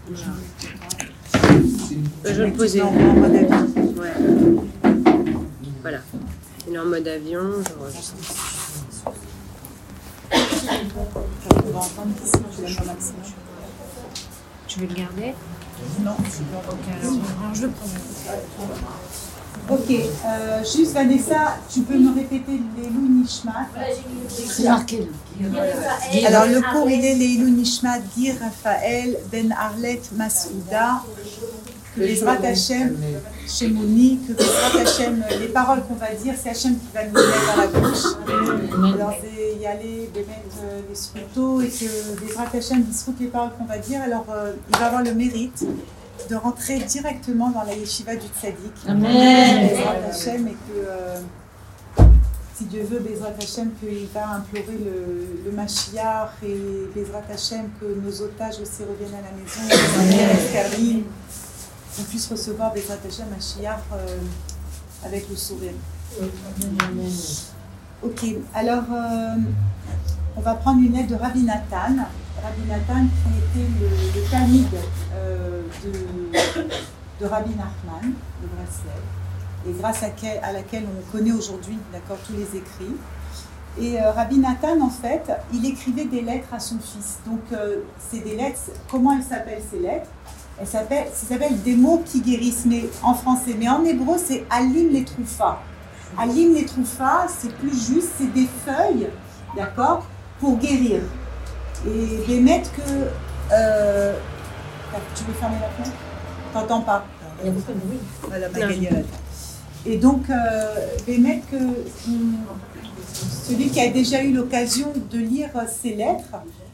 Je vais le poser. En mode avion. Ouais. Voilà. Il est en mode avion, j'enregistre. On va entendre ici, je l'aime au maximum. Tu veux le garder? Non, Je le prends. Ok, juste Vanessa, tu peux me répéter Leilou Nishmat? C'est marqué là. Alors le cours il est Leilou Nishmat, Gir Raphaël Ben Arlet Masouda, que Bezrat Hashem, Shemouni, que Bezrat Hashem, les paroles qu'on va dire, c'est Hashem qui va nous mettre dans la bouche. Alors y aller, de mettre les scrutos et que Bezrat Hashem discute les paroles qu'on va dire, alors il va avoir le mérite de rentrer directement dans la yeshiva du tzaddik. Amen. Bezrat Hashem, et que si Dieu veut, Bezrat Hashem, qu'il va implorer le Mashiach, et Bezrat Hashem, que nos otages aussi reviennent à la maison, qu'on puisse recevoir Bezrat Hashem Mashiach avec le sourire. Ok, alors on va prendre une lettre de Rabbi Nathan. Rabbi Nathan qui était le talmide de Rabbi Nachman de Breslev, et grâce à laquelle on connaît aujourd'hui, d'accord, tous les écrits. Et Rabbi Nathan, en fait, il écrivait des lettres à son fils. Donc, c'est des lettres. Comment elles s'appellent ces lettres? Elles s'appellent des mots qui guérissent, mais en français. Mais en hébreu, c'est Alim les Troufa. Alim les Troufa, c'est plus juste, c'est des feuilles, d'accord, pour guérir. Et des mettre que. Tu veux fermer la fenêtre? T'entends pas? Il y a beaucoup de bruit. Voilà, ma gagné la tête. Et donc, des mettre que. Celui qui a déjà eu l'occasion de lire ces lettres,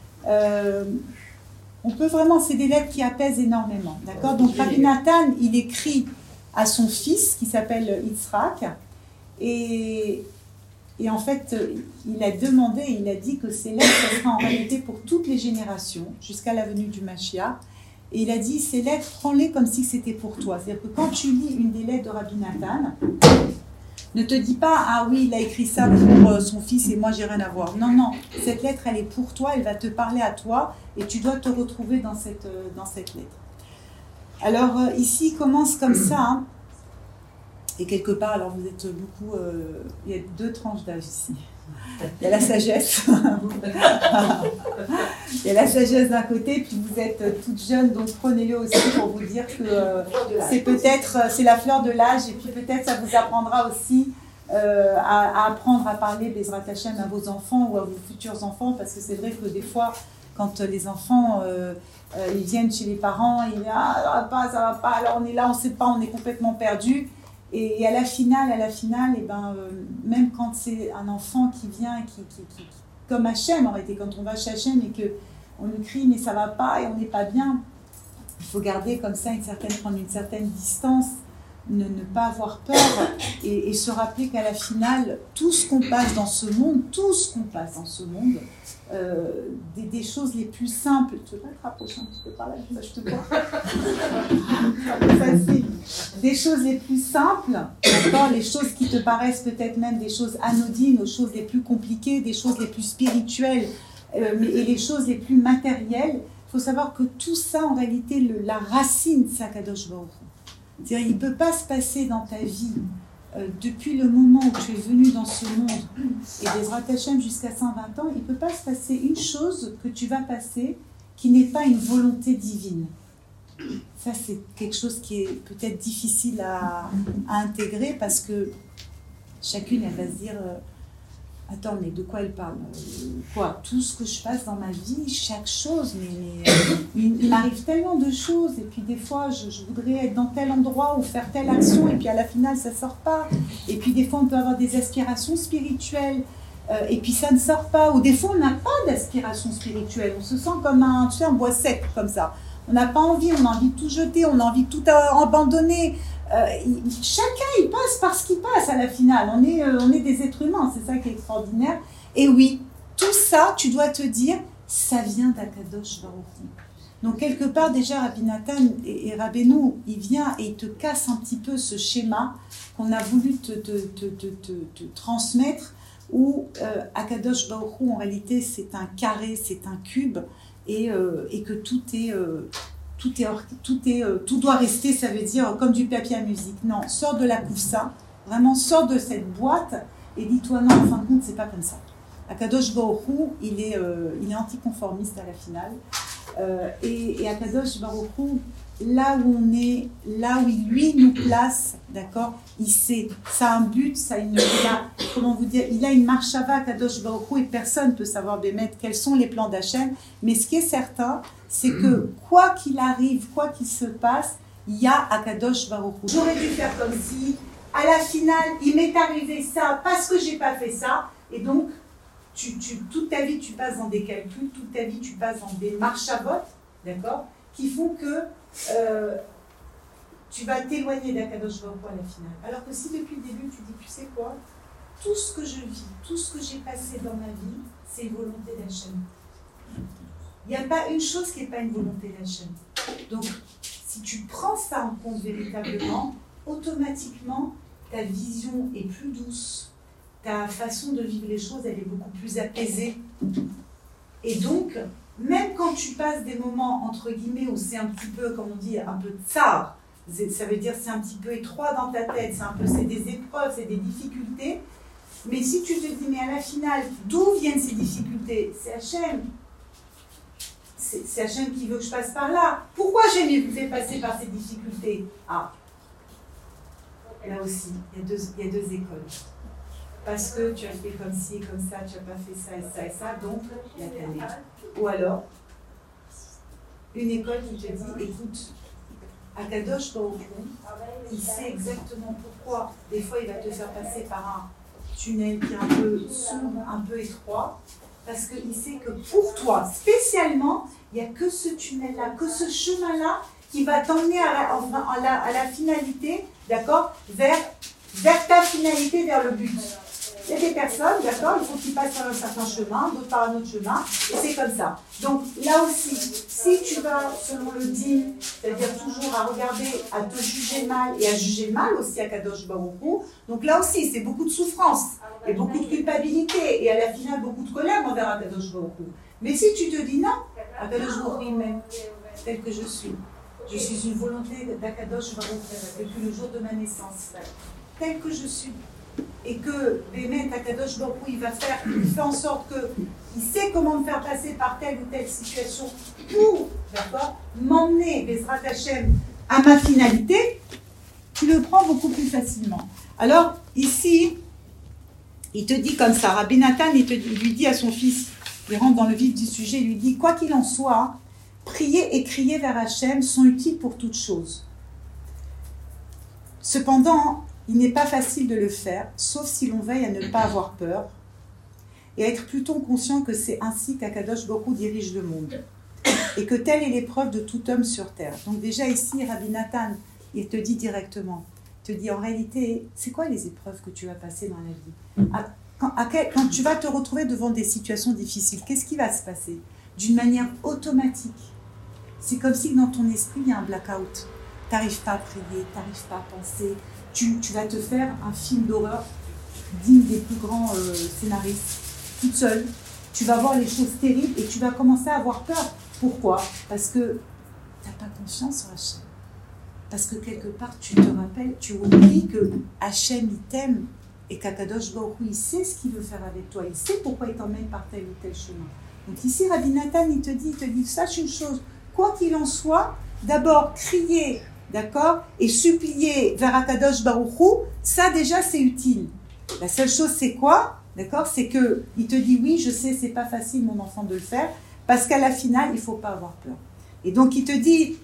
on peut vraiment, c'est des lettres qui apaisent énormément, d'accord? Donc Rabbi Nathan, il écrit à son fils qui s'appelle Yitzhak, et en fait, il a demandé, il a dit que ces lettres seraient en réalité pour toutes les générations, jusqu'à la venue du Mashiach. Et il a dit, ces lettres, prends-les comme si c'était pour toi. C'est-à-dire que quand tu lis une des lettres de Rabbi Nathan, ne te dis pas, ah oui, il a écrit ça pour son fils et moi, j'ai rien à voir. Non, non, cette lettre, elle est pour toi, elle va te parler à toi et tu dois te retrouver dans cette lettre. Alors, ici, il commence comme ça, hein, et quelque part, alors vous êtes beaucoup, il y a deux tranches d'âge ici. Il y a la sagesse. Il y a la sagesse d'un côté, puis vous êtes toute jeune, donc prenez-le aussi pour vous dire que c'est la fleur de l'âge, et puis peut-être ça vous apprendra aussi à apprendre à parler Bezrat Hashem à vos enfants ou à vos futurs enfants, parce que c'est vrai que des fois, quand les enfants ils viennent chez les parents, ils disent ah, ça va pas, alors on est là, on sait pas, on est complètement perdu. Et à la finale, et ben, même quand c'est un enfant qui vient, qui comme Hachem, en réalité, quand on va chez Hachem et qu'on nous crie mais ça va pas et on n'est pas bien, il faut garder comme ça prendre une certaine distance, ne pas avoir peur et se rappeler qu'à la finale, tout ce qu'on passe dans ce monde, des choses les plus simples. Tu veux pas te rapprocher un petit peu par là, je te vois. Facile. Des choses les plus simples, d'accord, les choses qui te paraissent peut-être même des choses anodines, aux choses les plus compliquées, des choses les plus spirituelles et les choses les plus matérielles. Il faut savoir que tout ça, en réalité, la racine, c'est Akadosh Baruch Hu. C'est-à-dire, il ne peut pas se passer dans ta vie, depuis le moment où tu es venu dans ce monde, et Bezrat Hashem jusqu'à 120 ans, il ne peut pas se passer une chose que tu vas passer qui n'est pas une volonté divine. Ça, c'est quelque chose qui est peut-être difficile à intégrer, parce que chacune, elle va se dire attends, mais de quoi elle parle? Quoi? Tout ce que je passe dans ma vie, chaque chose, mais il m'arrive tellement de choses, et puis des fois, je voudrais être dans tel endroit ou faire telle action, et puis à la finale, ça ne sort pas. Et puis des fois, on peut avoir des aspirations spirituelles, et puis ça ne sort pas. Ou des fois, on n'a pas d'aspiration spirituelle, on se sent comme un bois sec, comme ça. On n'a pas envie, on a envie de tout jeter, on a envie de tout abandonner. Chacun, il passe par ce qu'il passe à la finale. On est des êtres humains, c'est ça qui est extraordinaire. Et oui, tout ça, tu dois te dire, ça vient d'Akadosh Baruch Hu. Donc quelque part, déjà, Rabbi Nathan et Rabbeinu, il vient et il te casse un petit peu ce schéma qu'on a voulu te transmettre, où Akadosh Baruch Hu, en réalité, c'est un carré, c'est un cube, et que tout tout doit rester, ça veut dire comme du papier à musique. Non, sors de la koufsa, vraiment sors de cette boîte et dis-toi non, en fin de compte, c'est pas comme ça. Akadosh Baruch Hu, il est anticonformiste à la finale. Et Akadosh Baruch Hu, là où on est, là où lui nous place, d'accord, il sait, ça a un but, il a une marchava Akadosh Baruch Hu et personne ne peut savoir bémettre quels sont les plans d'Hachem, mais ce qui est certain, c'est que quoi qu'il arrive, quoi qu'il se passe, il y a Akadosh Baruch Hu. J'aurais dû faire comme si, à la finale, il m'est arrivé ça parce que j'ai pas fait ça, et donc, toute ta vie, tu passes dans des calculs, toute ta vie, tu passes dans des marchavot, d'accord, qui font que tu vas t'éloigner d'Akadosh Baruch Hu à la finale. Alors que si depuis le début, tu dis, tu sais quoi, tout ce que je vis, tout ce que j'ai passé dans ma vie, c'est une volonté d'Hachem. Il n'y a pas une chose qui n'est pas une volonté d'Hachem. Donc, si tu prends ça en compte véritablement, automatiquement, ta vision est plus douce. Ta façon de vivre les choses, elle est beaucoup plus apaisée. Et donc, même quand tu passes des moments, entre guillemets, où c'est un petit peu, comme on dit, un peu tsar, ça veut dire c'est un petit peu étroit dans ta tête, c'est des épreuves, c'est des difficultés, mais si tu te dis, mais à la finale, d'où viennent ces difficultés? C'est Hachem. C'est Hachem qui veut que je passe par là. Pourquoi j'ai fait passer par ces difficultés? Ah, là aussi, il y a deux écoles. Parce que tu as fait comme ci, comme ça, tu n'as pas fait ça et ça et ça, donc il y a tanné. Ou alors, une école qui te dit, écoute, Akadosh Baruch Hu, il sait exactement pourquoi. Des fois, il va te faire passer par un tunnel qui est un peu sombre, un peu étroit, parce qu'il sait que pour toi, spécialement, il n'y a que ce tunnel-là, que ce chemin-là qui va t'emmener à la finalité, d'accord, vers ta finalité, vers le but. Il y a des personnes, d'accord, il faut qu'ils passent par un certain chemin, d'autres par un autre chemin, et c'est comme ça. Donc là aussi, si tu vas selon le dîme, c'est-à-dire toujours à regarder, à te juger mal, et à juger mal aussi à Kadosh Baruch Hu, donc là aussi, c'est beaucoup de souffrance, et beaucoup de culpabilité, et à la finale, beaucoup de colère envers Akadosh Baruch Hu. Mais si tu te dis non, Akadosh Baruch Hu m'aime, tel que je suis une volonté d'Akadosh Baruch Hu depuis le jour de ma naissance, tel que je suis. Et que Bémet Akadosh Baruch Hu, il fait en sorte qu'il sait comment me faire passer par telle ou telle situation pour, d'accord, m'emmener, Bezrat Hashem, à ma finalité, tu le prends beaucoup plus facilement. Alors, ici, il te dit comme ça, Rabbi Nathan, il lui dit à son fils, il rentre dans le vif du sujet, il lui dit, quoi qu'il en soit, prier et crier vers Hashem sont utiles pour toute chose. Cependant, il n'est pas facile de le faire, sauf si l'on veille à ne pas avoir peur et à être plutôt conscient que c'est ainsi qu'Akadosh Baruch Hu dirige le monde et que telle est l'épreuve de tout homme sur terre. Donc déjà ici, Rabbi Nathan, il te dit directement, il te dit en réalité, c'est quoi les épreuves que tu vas passer dans la vie? Quand tu vas te retrouver devant des situations difficiles, qu'est-ce qui va se passer? D'une manière automatique. C'est comme si dans ton esprit, il y a un blackout. Tu n'arrives pas à prier, tu n'arrives pas à penser. Tu vas te faire un film d'horreur digne des plus grands scénaristes, toute seule. Tu vas voir les choses terribles et tu vas commencer à avoir peur. Pourquoi? Parce que tu n'as pas confiance en Hachem. Parce que quelque part, tu te rappelles, tu oublies que Hachem, il t'aime et qu'Akadosh Baruch Hu, il sait ce qu'il veut faire avec toi. Il sait pourquoi il t'emmène par tel ou tel chemin. Donc ici, Rabbi Nathan, il te dit, sache une chose, quoi qu'il en soit, d'abord, crier, d'accord, et supplier vers Akadosh Baruch Hu, ça déjà c'est utile. La seule chose c'est quoi? D'accord, c'est que il te dit oui, je sais, c'est pas facile mon enfant de le faire, parce qu'à la finale il faut pas avoir peur. Et donc il te dit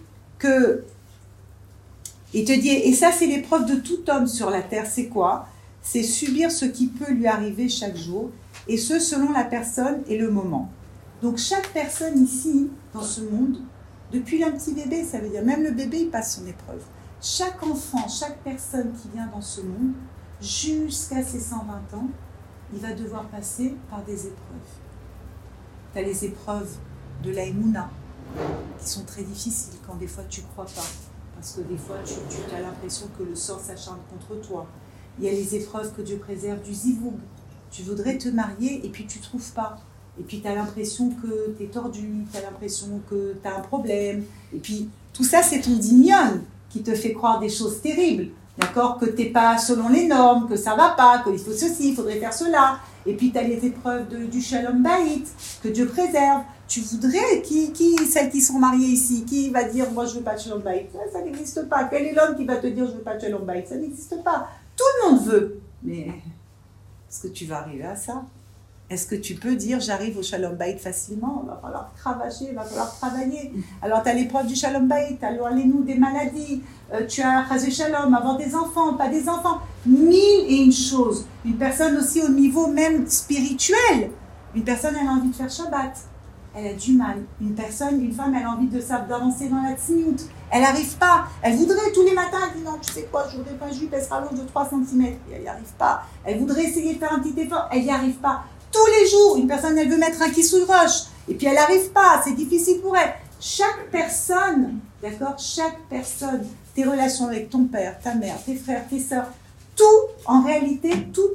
et ça c'est l'épreuve de tout homme sur la terre, c'est quoi? C'est subir ce qui peut lui arriver chaque jour, et ce selon la personne et le moment. Donc chaque personne ici dans ce monde, depuis un petit bébé, ça veut dire même le bébé, il passe son épreuve. Chaque enfant, chaque personne qui vient dans ce monde, jusqu'à ses 120 ans, il va devoir passer par des épreuves. Tu as les épreuves de l'Aïmouna, qui sont très difficiles quand des fois tu ne crois pas, parce que des fois tu as l'impression que le sort s'acharne contre toi. Il y a les épreuves que Dieu préserve du zivoug. Tu voudrais te marier et puis tu ne trouves pas. Et puis tu as l'impression que tu es tordu, tu as l'impression que tu as un problème. Et puis Tout ça, c'est ton dimion qui te fait croire des choses terribles. D'accord? Que tu n'es pas selon les normes, que ça ne va pas, qu'il faut ceci, il faudrait faire cela. Et puis, tu as les épreuves du Shalom Bayit, que Dieu préserve. Tu voudrais, celles qui sont mariées ici, qui va dire, moi, je ne veux pas de Shalom Bayit? Ça n'existe pas. Quel est l'homme qui va te dire, je ne veux pas de Shalom Bayit? Ça n'existe pas. Tout le monde veut. Mais est-ce que tu vas arriver à ça? Est-ce que tu peux dire, j'arrive au Shalom Bayit facilement? Il va falloir cravacher, il va falloir travailler. Alors, tu as l'épreuve du Shalom Bayit, alors allez-nous des maladies, tu as Chazé Shalom, avoir des enfants, pas des enfants. 1001 choses. Une personne aussi au niveau même spirituel. Une personne, elle a envie de faire Shabbat. Elle a du mal. Une femme, elle a envie d'avancer dans la tsniout. Elle n'arrive pas. Elle voudrait tous les matins, elle dit non, tu sais quoi, je voudrais pas jupe, elle sera longue de 3 cm. Et elle n'y arrive pas. Elle voudrait essayer de faire un petit effort, elle n'y arrive pas. Tous les jours, une personne, elle veut mettre un kissou roche. Et puis elle n'arrive pas, c'est difficile pour elle. Chaque personne, d'accord, chaque personne, tes relations avec ton père, ta mère, tes frères, tes sœurs, tout, en réalité, tout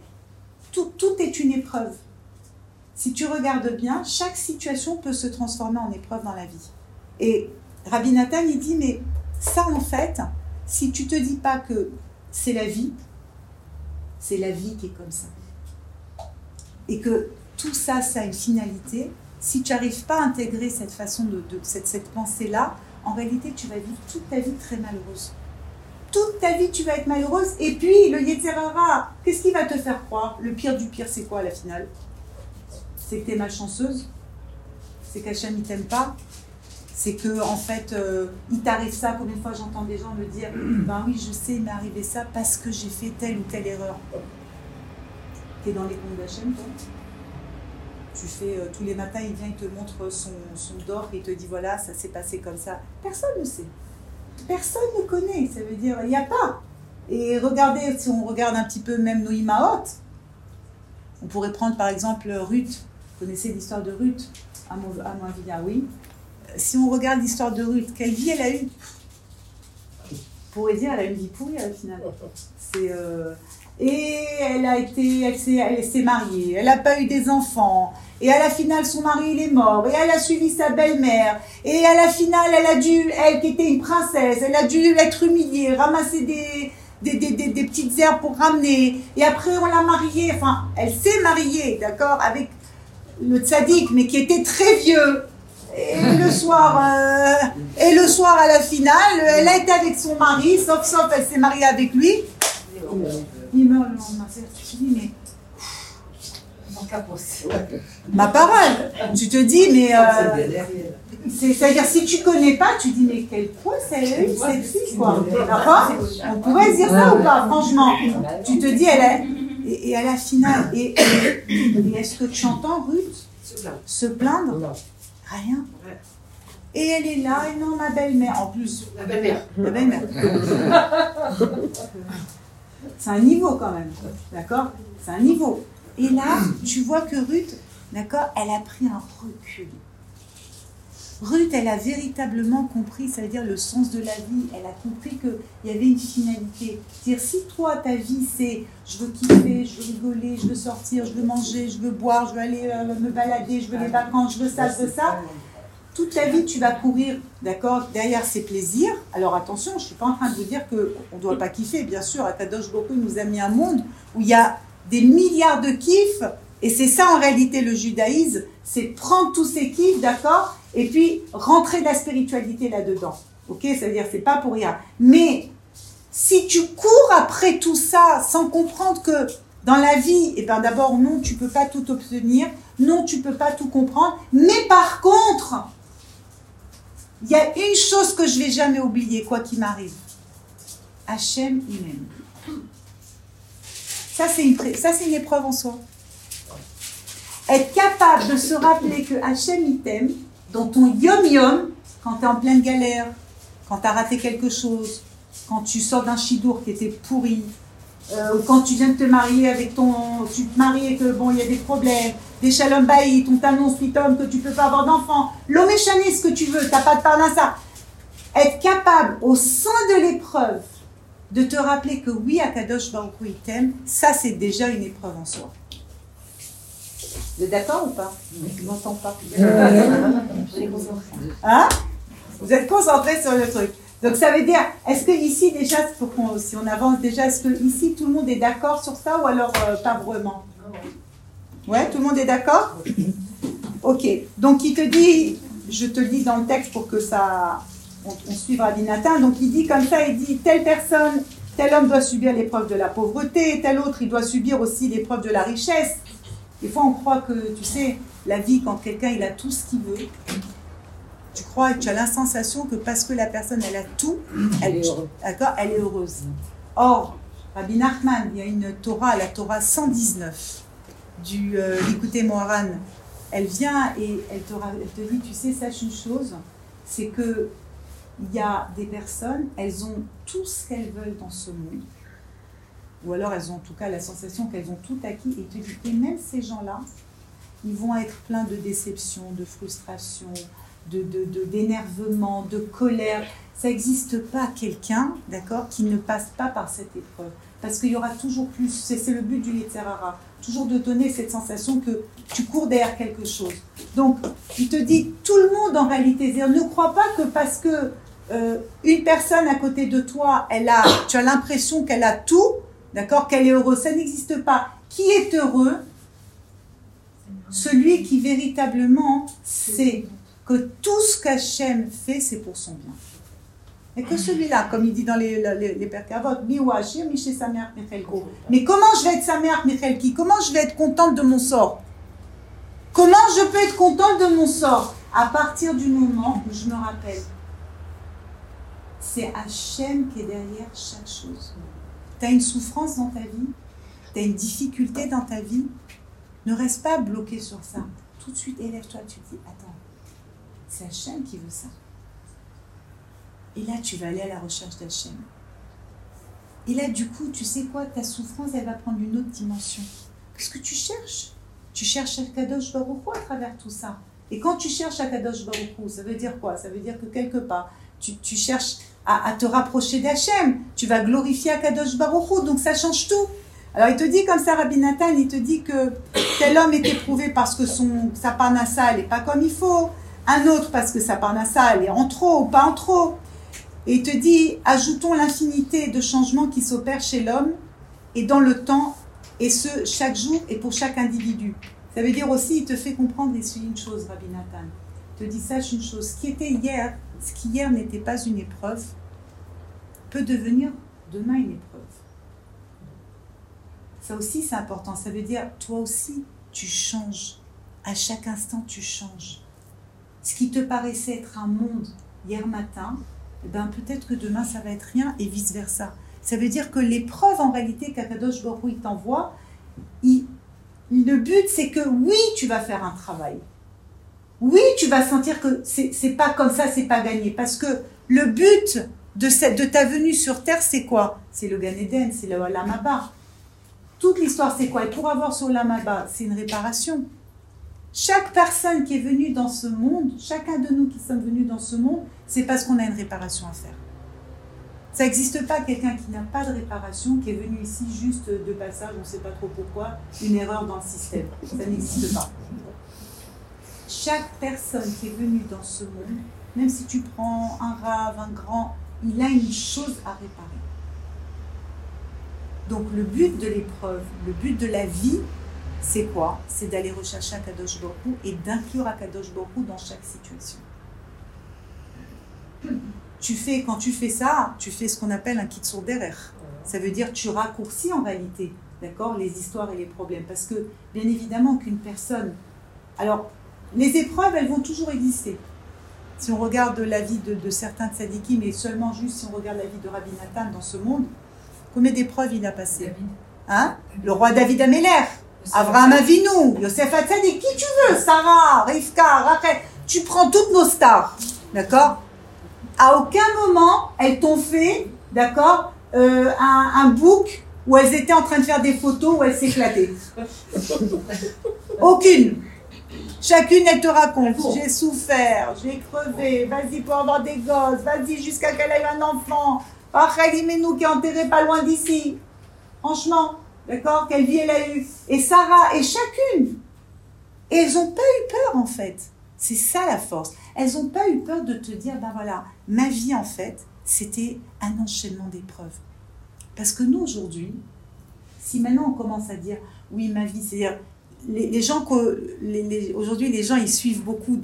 est une épreuve. Si tu regardes bien, chaque situation peut se transformer en épreuve dans la vie. Et Rabbi Nathan, il dit, mais ça, en fait, si tu ne te dis pas que c'est la vie qui est comme ça. Et que tout ça, ça a une finalité. Si tu n'arrives pas à intégrer cette façon cette pensée-là, en réalité, tu vas vivre toute ta vie très malheureuse. Toute ta vie, tu vas être malheureuse. Et puis, le Yetzer Hara, qu'est-ce qui va te faire croire? Le pire du pire, c'est quoi à la finale? C'est que tu es malchanceuse? C'est qu'Hachem, il t'aime pas? C'est que, en fait, il t'arrive ça. Combien de fois j'entends des gens me dire, ben oui, je sais, il m'est arrivé ça parce que j'ai fait telle ou telle erreur. Tu es dans les comptes d'Hachem, toi? Tu fais, tous les matins, il vient, il te montre son dor, et il te dit, voilà, ça s'est passé comme ça. Personne ne sait. Personne ne connaît. Ça veut dire, il n'y a pas. Et regardez, si on regarde un petit peu même nos Imaot, on pourrait prendre par exemple Ruth. Vous connaissez l'histoire de Ruth? À Moavia, oui. Si on regarde l'histoire de Ruth, quelle vie elle a eue? On pourrait dire, elle a une vie pourrie à la finale. Et elle s'est mariée, elle n'a pas eu des enfants, et à la finale son mari il est mort, et elle a suivi sa belle-mère, et à la finale elle qui était une princesse, elle a dû être humiliée, ramasser des petites herbes pour ramener, et après on l'a mariée, enfin elle s'est mariée, d'accord, avec le tzaddik, mais qui était très vieux. Et le soir à la finale, elle a été avec son mari, sauf elle s'est mariée avec lui. Il meurt le lendemain. Tu te dis, mais. Ma parole. Tu te dis, mais. C'est-à-dire, si tu connais pas, tu dis, mais quel poids ça a eu cette fille, quoi. D'accord? On pourrait se dire ça ou pas, franchement. Tu te dis, et à la finale, et est-ce que tu entends Ruth se plaindre? Non. Rien. Et elle est là, et non, ma belle-mère. En plus. La belle-mère. C'est un niveau quand même, d'accord? C'est un niveau. Et là, tu vois que Ruth, d'accord, elle a pris un recul. Ruth, elle a véritablement compris, ça veut dire le sens de la vie. Elle a compris qu'il y avait une finalité. C'est-à-dire, si toi, ta vie, c'est je veux kiffer, je veux rigoler, je veux sortir, je veux manger, je veux boire, je veux aller me balader, je veux les vacances, je veux ça, toute ta vie, tu vas courir, d'accord, derrière ces plaisirs. Alors attention, je ne suis pas en train de vous dire qu'on ne doit pas kiffer. Bien sûr, Akadosh Baruch Hu nous a mis un monde où il y a des milliards de kiffs. Et c'est ça en réalité le judaïsme, c'est prendre tous ces kiffs, d'accord, et puis rentrer de la spiritualité là-dedans. Ok, ça veut dire c'est pas pour rien. Mais si tu cours après tout ça sans comprendre que dans la vie, eh ben d'abord non, tu peux pas tout obtenir, non, tu peux pas tout comprendre, mais par contre, il y a une chose que je vais jamais oublier, quoi qu'il m'arrive. Hachem, il m'aime. Ça, c'est une épreuve en soi. Être capable de se rappeler que Hachem, il t'aime, dans ton yom-yom, quand tu es en pleine galère, quand tu as raté quelque chose, quand tu sors d'un chidour qui était pourri, ou quand tu viens de te marier tu te maries et que bon, il y a des problèmes, des shalom bayit, on t'annonce pitom que tu peux pas avoir d'enfant, l'oméchané, ce que tu veux, t'as pas de parnassa. Être capable, au sein de l'épreuve, de te rappeler que oui, Akadosh Baruch Hu, il t'aime, ça c'est déjà une épreuve en soi. Vous êtes d'accord ou pas? Je ne m'entends pas. Hein? Vous êtes concentrés sur le truc. Donc ça veut dire, est-ce que ici déjà, si on avance déjà, est-ce que ici tout le monde est d'accord sur ça ou alors pas vraiment? Ouais, tout le monde est d'accord? Ok. Donc il te dit, je te le lis dans le texte pour que ça, on suive Rabbi Nathan. Donc il dit comme ça, il dit telle personne, tel homme doit subir l'épreuve de la pauvreté, tel autre il doit subir aussi l'épreuve de la richesse. Des fois on croit que, tu sais, la vie quand quelqu'un il a tout ce qu'il veut. Tu crois et tu as la sensation que parce que la personne, elle a tout, elle est heureuse. Or, Rabbi Nachman, il y a une Torah, la Torah 119 du Likutei Moharan. Elle vient et elle te dit, tu sais, sache une chose, c'est que il y a des personnes, elles ont tout ce qu'elles veulent dans ce monde. Ou alors elles ont en tout cas la sensation qu'elles ont tout acquis. Et il te dit, et même ces gens-là, ils vont être pleins de déception, de frustration, d'énervement, de colère. Ça n'existe pas quelqu'un, d'accord, qui ne passe pas par cette épreuve. Parce qu'il y aura toujours plus, c'est le but du Yetzer Hara, toujours de donner cette sensation que tu cours derrière quelque chose. Donc, il te dit, tout le monde en réalité, ne crois pas que parce que une personne à côté de toi, tu as l'impression qu'elle a tout, d'accord, qu'elle est heureuse, ça n'existe pas. Qui est heureux? Celui qui véritablement sait que tout ce qu'Hachem fait, c'est pour son bien. Et que celui-là, comme il dit dans les Perkei Avot, mais comment je vais être Sameach Michelki? Comment je vais être contente de mon sort? Comment je peux être contente de mon sort? À partir du moment où je me rappelle, c'est Hachem qui est derrière chaque chose. Tu as une souffrance dans ta vie, tu as une difficulté dans ta vie, ne reste pas bloqué sur ça. Tout de suite, élève-toi, tu te dis, attends, c'est Hachem qui veut ça. Et là, tu vas aller à la recherche d'Hachem. Et là, du coup, tu sais quoi, ta souffrance, elle va prendre une autre dimension. Qu'est-ce que tu cherches? Tu cherches Akadosh Baruch Hu à travers tout ça. Et quand tu cherches Akadosh Baruch Hu, ça veut dire quoi? Ça veut dire que quelque part, tu cherches à te rapprocher d'Hachem. Tu vas glorifier Akadosh Baruch Hu, donc ça change tout. Alors, il te dit comme ça, Rabbi Nathan, il te dit que tel homme est éprouvé parce que sa parnassa, elle n'est pas comme il faut. Un autre parce que sa parnassa, elle est en trop ou pas en trop. Et il te dit, ajoutons l'infinité de changements qui s'opèrent chez l'homme et dans le temps, et ce, chaque jour et pour chaque individu. Ça veut dire aussi, il te fait comprendre une chose, Rabbi Nathan. Il te dit, sache une chose, ce qui était hier, ce qui hier n'était pas une épreuve, peut devenir demain une épreuve. Ça aussi, c'est important. Ça veut dire, toi aussi, tu changes. À chaque instant, tu changes. Ce qui te paraissait être un monde hier matin, eh ben, peut-être que demain, ça va être rien et vice-versa. Ça veut dire que l'épreuve, en réalité, qu'Akadosh Baruch Hu t'envoie, le but, c'est que oui, tu vas faire un travail. Oui, tu vas sentir que c'est pas comme ça, c'est pas gagné. Parce que le but de ta venue sur Terre, c'est quoi? C'est le Gan Eden, c'est le Olam Haba. Toute l'histoire, c'est quoi? Et pour avoir ce Olam Haba, c'est une réparation. Chaque personne qui est venue dans ce monde, chacun de nous qui sommes venus dans ce monde, c'est parce qu'on a une réparation à faire. Ça n'existe pas quelqu'un qui n'a pas de réparation, qui est venu ici juste de passage, on ne sait pas trop pourquoi, une erreur dans le système. Ça n'existe pas. Chaque personne qui est venue dans ce monde, même si tu prends un rave, un grand, il a une chose à réparer. Donc le but de l'épreuve, le but de la vie, c'est quoi? C'est d'aller rechercher Akadosh Baruch Hu et d'inclure Akadosh Baruch Hu dans chaque situation. Quand tu fais ça, tu fais ce qu'on appelle un kitsur derech. Ça veut dire tu raccourcis en réalité, d'accord, les histoires et les problèmes. Parce que, bien évidemment, qu'une personne... Alors, les épreuves, elles vont toujours exister. Si on regarde la vie de certains tzadikim, mais seulement juste si on regarde la vie de Rabbi Nathan dans ce monde, combien d'épreuves il a passé? Hein? Le roi David Améler, Avraham Avinu, Yosef Hatzadik, qui tu veux, Sarah, Rivka, Rachel, tu prends toutes nos stars, d'accord? À aucun moment, elles t'ont fait, d'accord, un book où elles étaient en train de faire des photos où elles s'éclataient. Aucune. Chacune, elle te raconte, j'ai souffert, j'ai crevé, vas-y pour avoir des gosses, vas-y jusqu'à qu'elle ait un enfant, Rachel Imenou qui est enterrée pas loin d'ici. Franchement, d'accord, quelle vie elle a eue. Et Sarah, et chacune. Et elles n'ont pas eu peur en fait. C'est ça la force. elles n'ont pas eu peur de te dire, ben voilà, ma vie en fait, c'était un enchaînement d'épreuves. Parce que nous aujourd'hui, si maintenant on commence à dire, oui, ma vie, c'est-à-dire, les gens, aujourd'hui les gens ils suivent beaucoup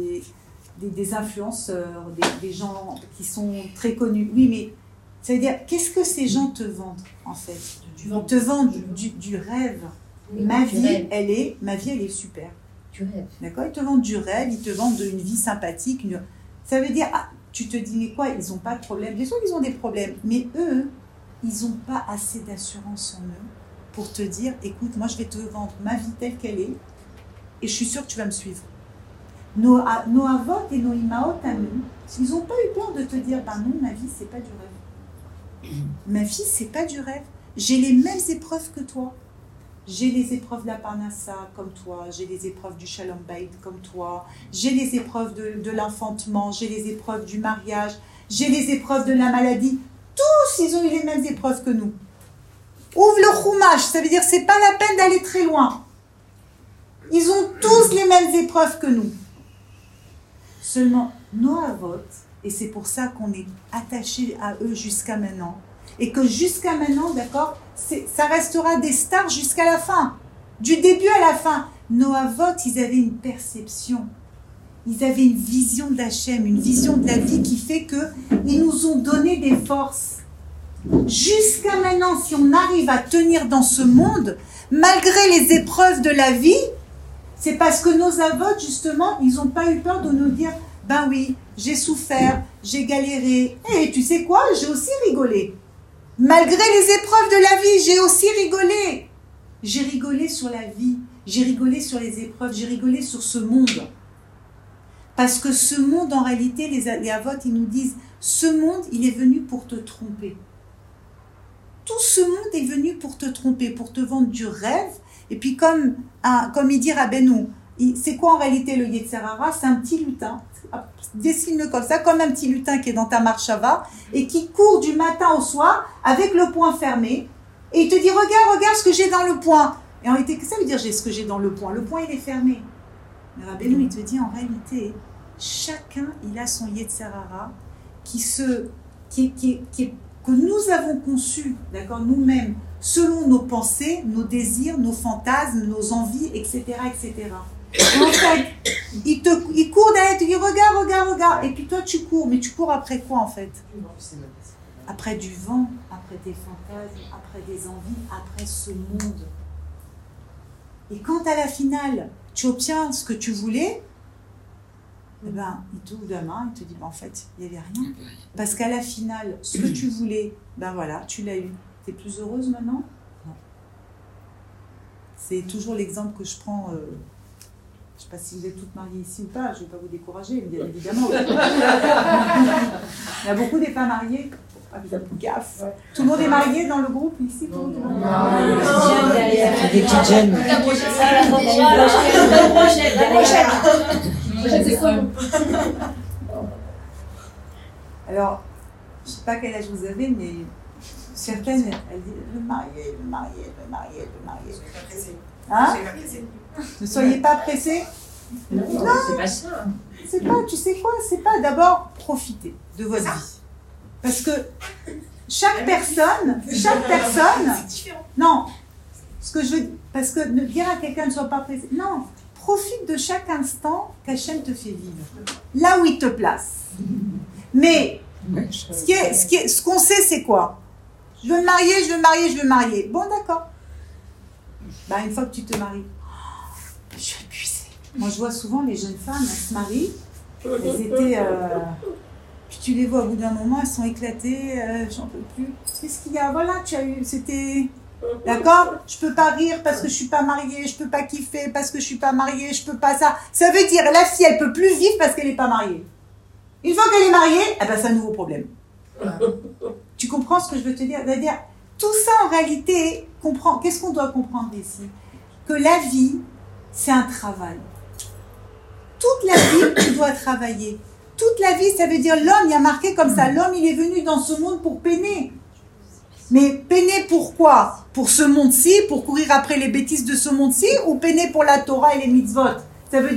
des influenceurs, des gens qui sont très connus. Oui, mais ça veut dire, qu'est-ce que ces gens te vendent en fait? Ils te vendent du rêve. Ma vie, elle est super. Du rêve. D'accord? Ils te vendent du rêve, ils te vendent une vie sympathique. Ça veut dire, ah, tu te dis, mais quoi, ils n'ont pas de problème. Bien sûr qu'ils ont des problèmes, mais eux, ils n'ont pas assez d'assurance en eux pour te dire, écoute, moi je vais te vendre ma vie telle qu'elle est, et je suis sûre que tu vas me suivre. Nos avot et nos imaot à nous, ils n'ont pas eu peur de te dire, ben non, ma vie, c'est pas du rêve. Ma vie, c'est pas du rêve. J'ai les mêmes épreuves que toi. J'ai les épreuves de la Parnassa comme toi, j'ai les épreuves du Shalom Bayit comme toi, j'ai les épreuves de l'enfantement, j'ai les épreuves du mariage, j'ai les épreuves de la maladie. Tous, ils ont eu les mêmes épreuves que nous. Ouvre le Chumash, ça veut dire c'est pas la peine d'aller très loin. Ils ont tous les mêmes épreuves que nous. Seulement, nos avot, et c'est pour ça qu'on est attaché à eux jusqu'à maintenant, et que jusqu'à maintenant, d'accord, ça restera des stars jusqu'à la fin, du début à la fin. Nos avot, ils avaient une perception, ils avaient une vision d'Hachem, une vision de la vie qui fait qu'ils nous ont donné des forces. Jusqu'à maintenant, si on arrive à tenir dans ce monde, malgré les épreuves de la vie, c'est parce que nos avot, justement, ils n'ont pas eu peur de nous dire, ben oui, j'ai souffert, j'ai galéré, et tu sais quoi, j'ai aussi rigolé. Malgré les épreuves de la vie, j'ai aussi rigolé. J'ai rigolé sur la vie, j'ai rigolé sur les épreuves, j'ai rigolé sur ce monde. Parce que ce monde, en réalité, les avot, ils nous disent, ce monde, il est venu pour te tromper. Tout ce monde est venu pour te tromper, pour te vendre du rêve. Et puis comme il dit Rabbeinu, c'est quoi en réalité le Yetzer Hara? C'est un petit lutin. Dessine-le comme ça, comme un petit lutin qui est dans ta marchava et qui court du matin au soir avec le poing fermé. Et il te dit, regarde ce que j'ai dans le poing. Et en réalité, qu'est-ce que ça veut dire, j'ai ce que j'ai dans le poing? Le poing, il est fermé. Mais Rabbeinu, il te dit, en réalité, chacun, il a son Yetzer Hara que nous avons conçu, d'accord, nous-mêmes, selon nos pensées, nos désirs, nos fantasmes, nos envies, etc., etc. Et en fait, il court derrière, il te dit, regarde, et puis toi tu cours, mais tu cours après quoi en fait? Après du vent, après des fantasmes, après des envies, après ce monde. Et quand à la finale, tu obtiens ce que tu voulais, eh ben, il t'ouvre la main, il te dit, ben, en fait, il n'y avait rien. Parce qu'à la finale, ce que tu voulais, ben voilà, tu l'as eu. Tu es plus heureuse maintenant? Non. C'est toujours l'exemple que je prends. Je ne sais pas si vous êtes toutes mariées ici ou pas, je ne vais pas vous décourager, bien évidemment. Il y a beaucoup des femmes mariées. Ah, gaffe. Ouais. Tout le monde est marié dans le groupe ici? Non. Des petites jeunes. Alors, je ne sais pas quel âge vous avez, mais certaines, elles disent, je veux me marier. Soyez pas pressés. Hein? Soyez pas pressés. Ne soyez pas pressés. Non, c'est pas ça. C'est pas, tu sais quoi, c'est pas d'abord profiter de votre vie. Parce que chaque personne, C'est différent. non, ce que je veux, parce que ne dire à quelqu'un ne soit pas pressé, non, profite de chaque instant qu'Hachem te fait vivre, là où il te place. Mais ce qu'on sait, c'est quoi? Je veux me marier. Bon, d'accord. Bah, une fois que tu te maries, je suis épuisée. Moi, je vois souvent les jeunes femmes, elles se marient, elles étaient... Puis tu les vois au bout d'un moment, elles sont éclatées, j'en peux plus. Qu'est-ce qu'il y a? Voilà, tu as eu, c'était... D'accord? Je peux pas rire parce que je suis pas mariée, je peux pas kiffer parce que je suis pas mariée, je peux pas ça. Ça veut dire, la fille, elle peut plus vivre parce qu'elle est pas mariée. Une fois qu'elle est mariée, eh ben, c'est un nouveau problème. Tu comprends ce que je veux te dire? C'est-à-dire, tout ça, en réalité, qu'est-ce qu'on doit comprendre ici? Que la vie, c'est un travail. Toute la vie, tu dois travailler. Toute la vie, ça veut dire l'homme, il y a marqué comme ça, l'homme, il est venu dans ce monde pour peiner. Mais peiner pourquoi? Pour ce monde-ci, pour courir après les bêtises de ce monde-ci, ou peiner pour la Torah et les mitzvot? Ça veut dire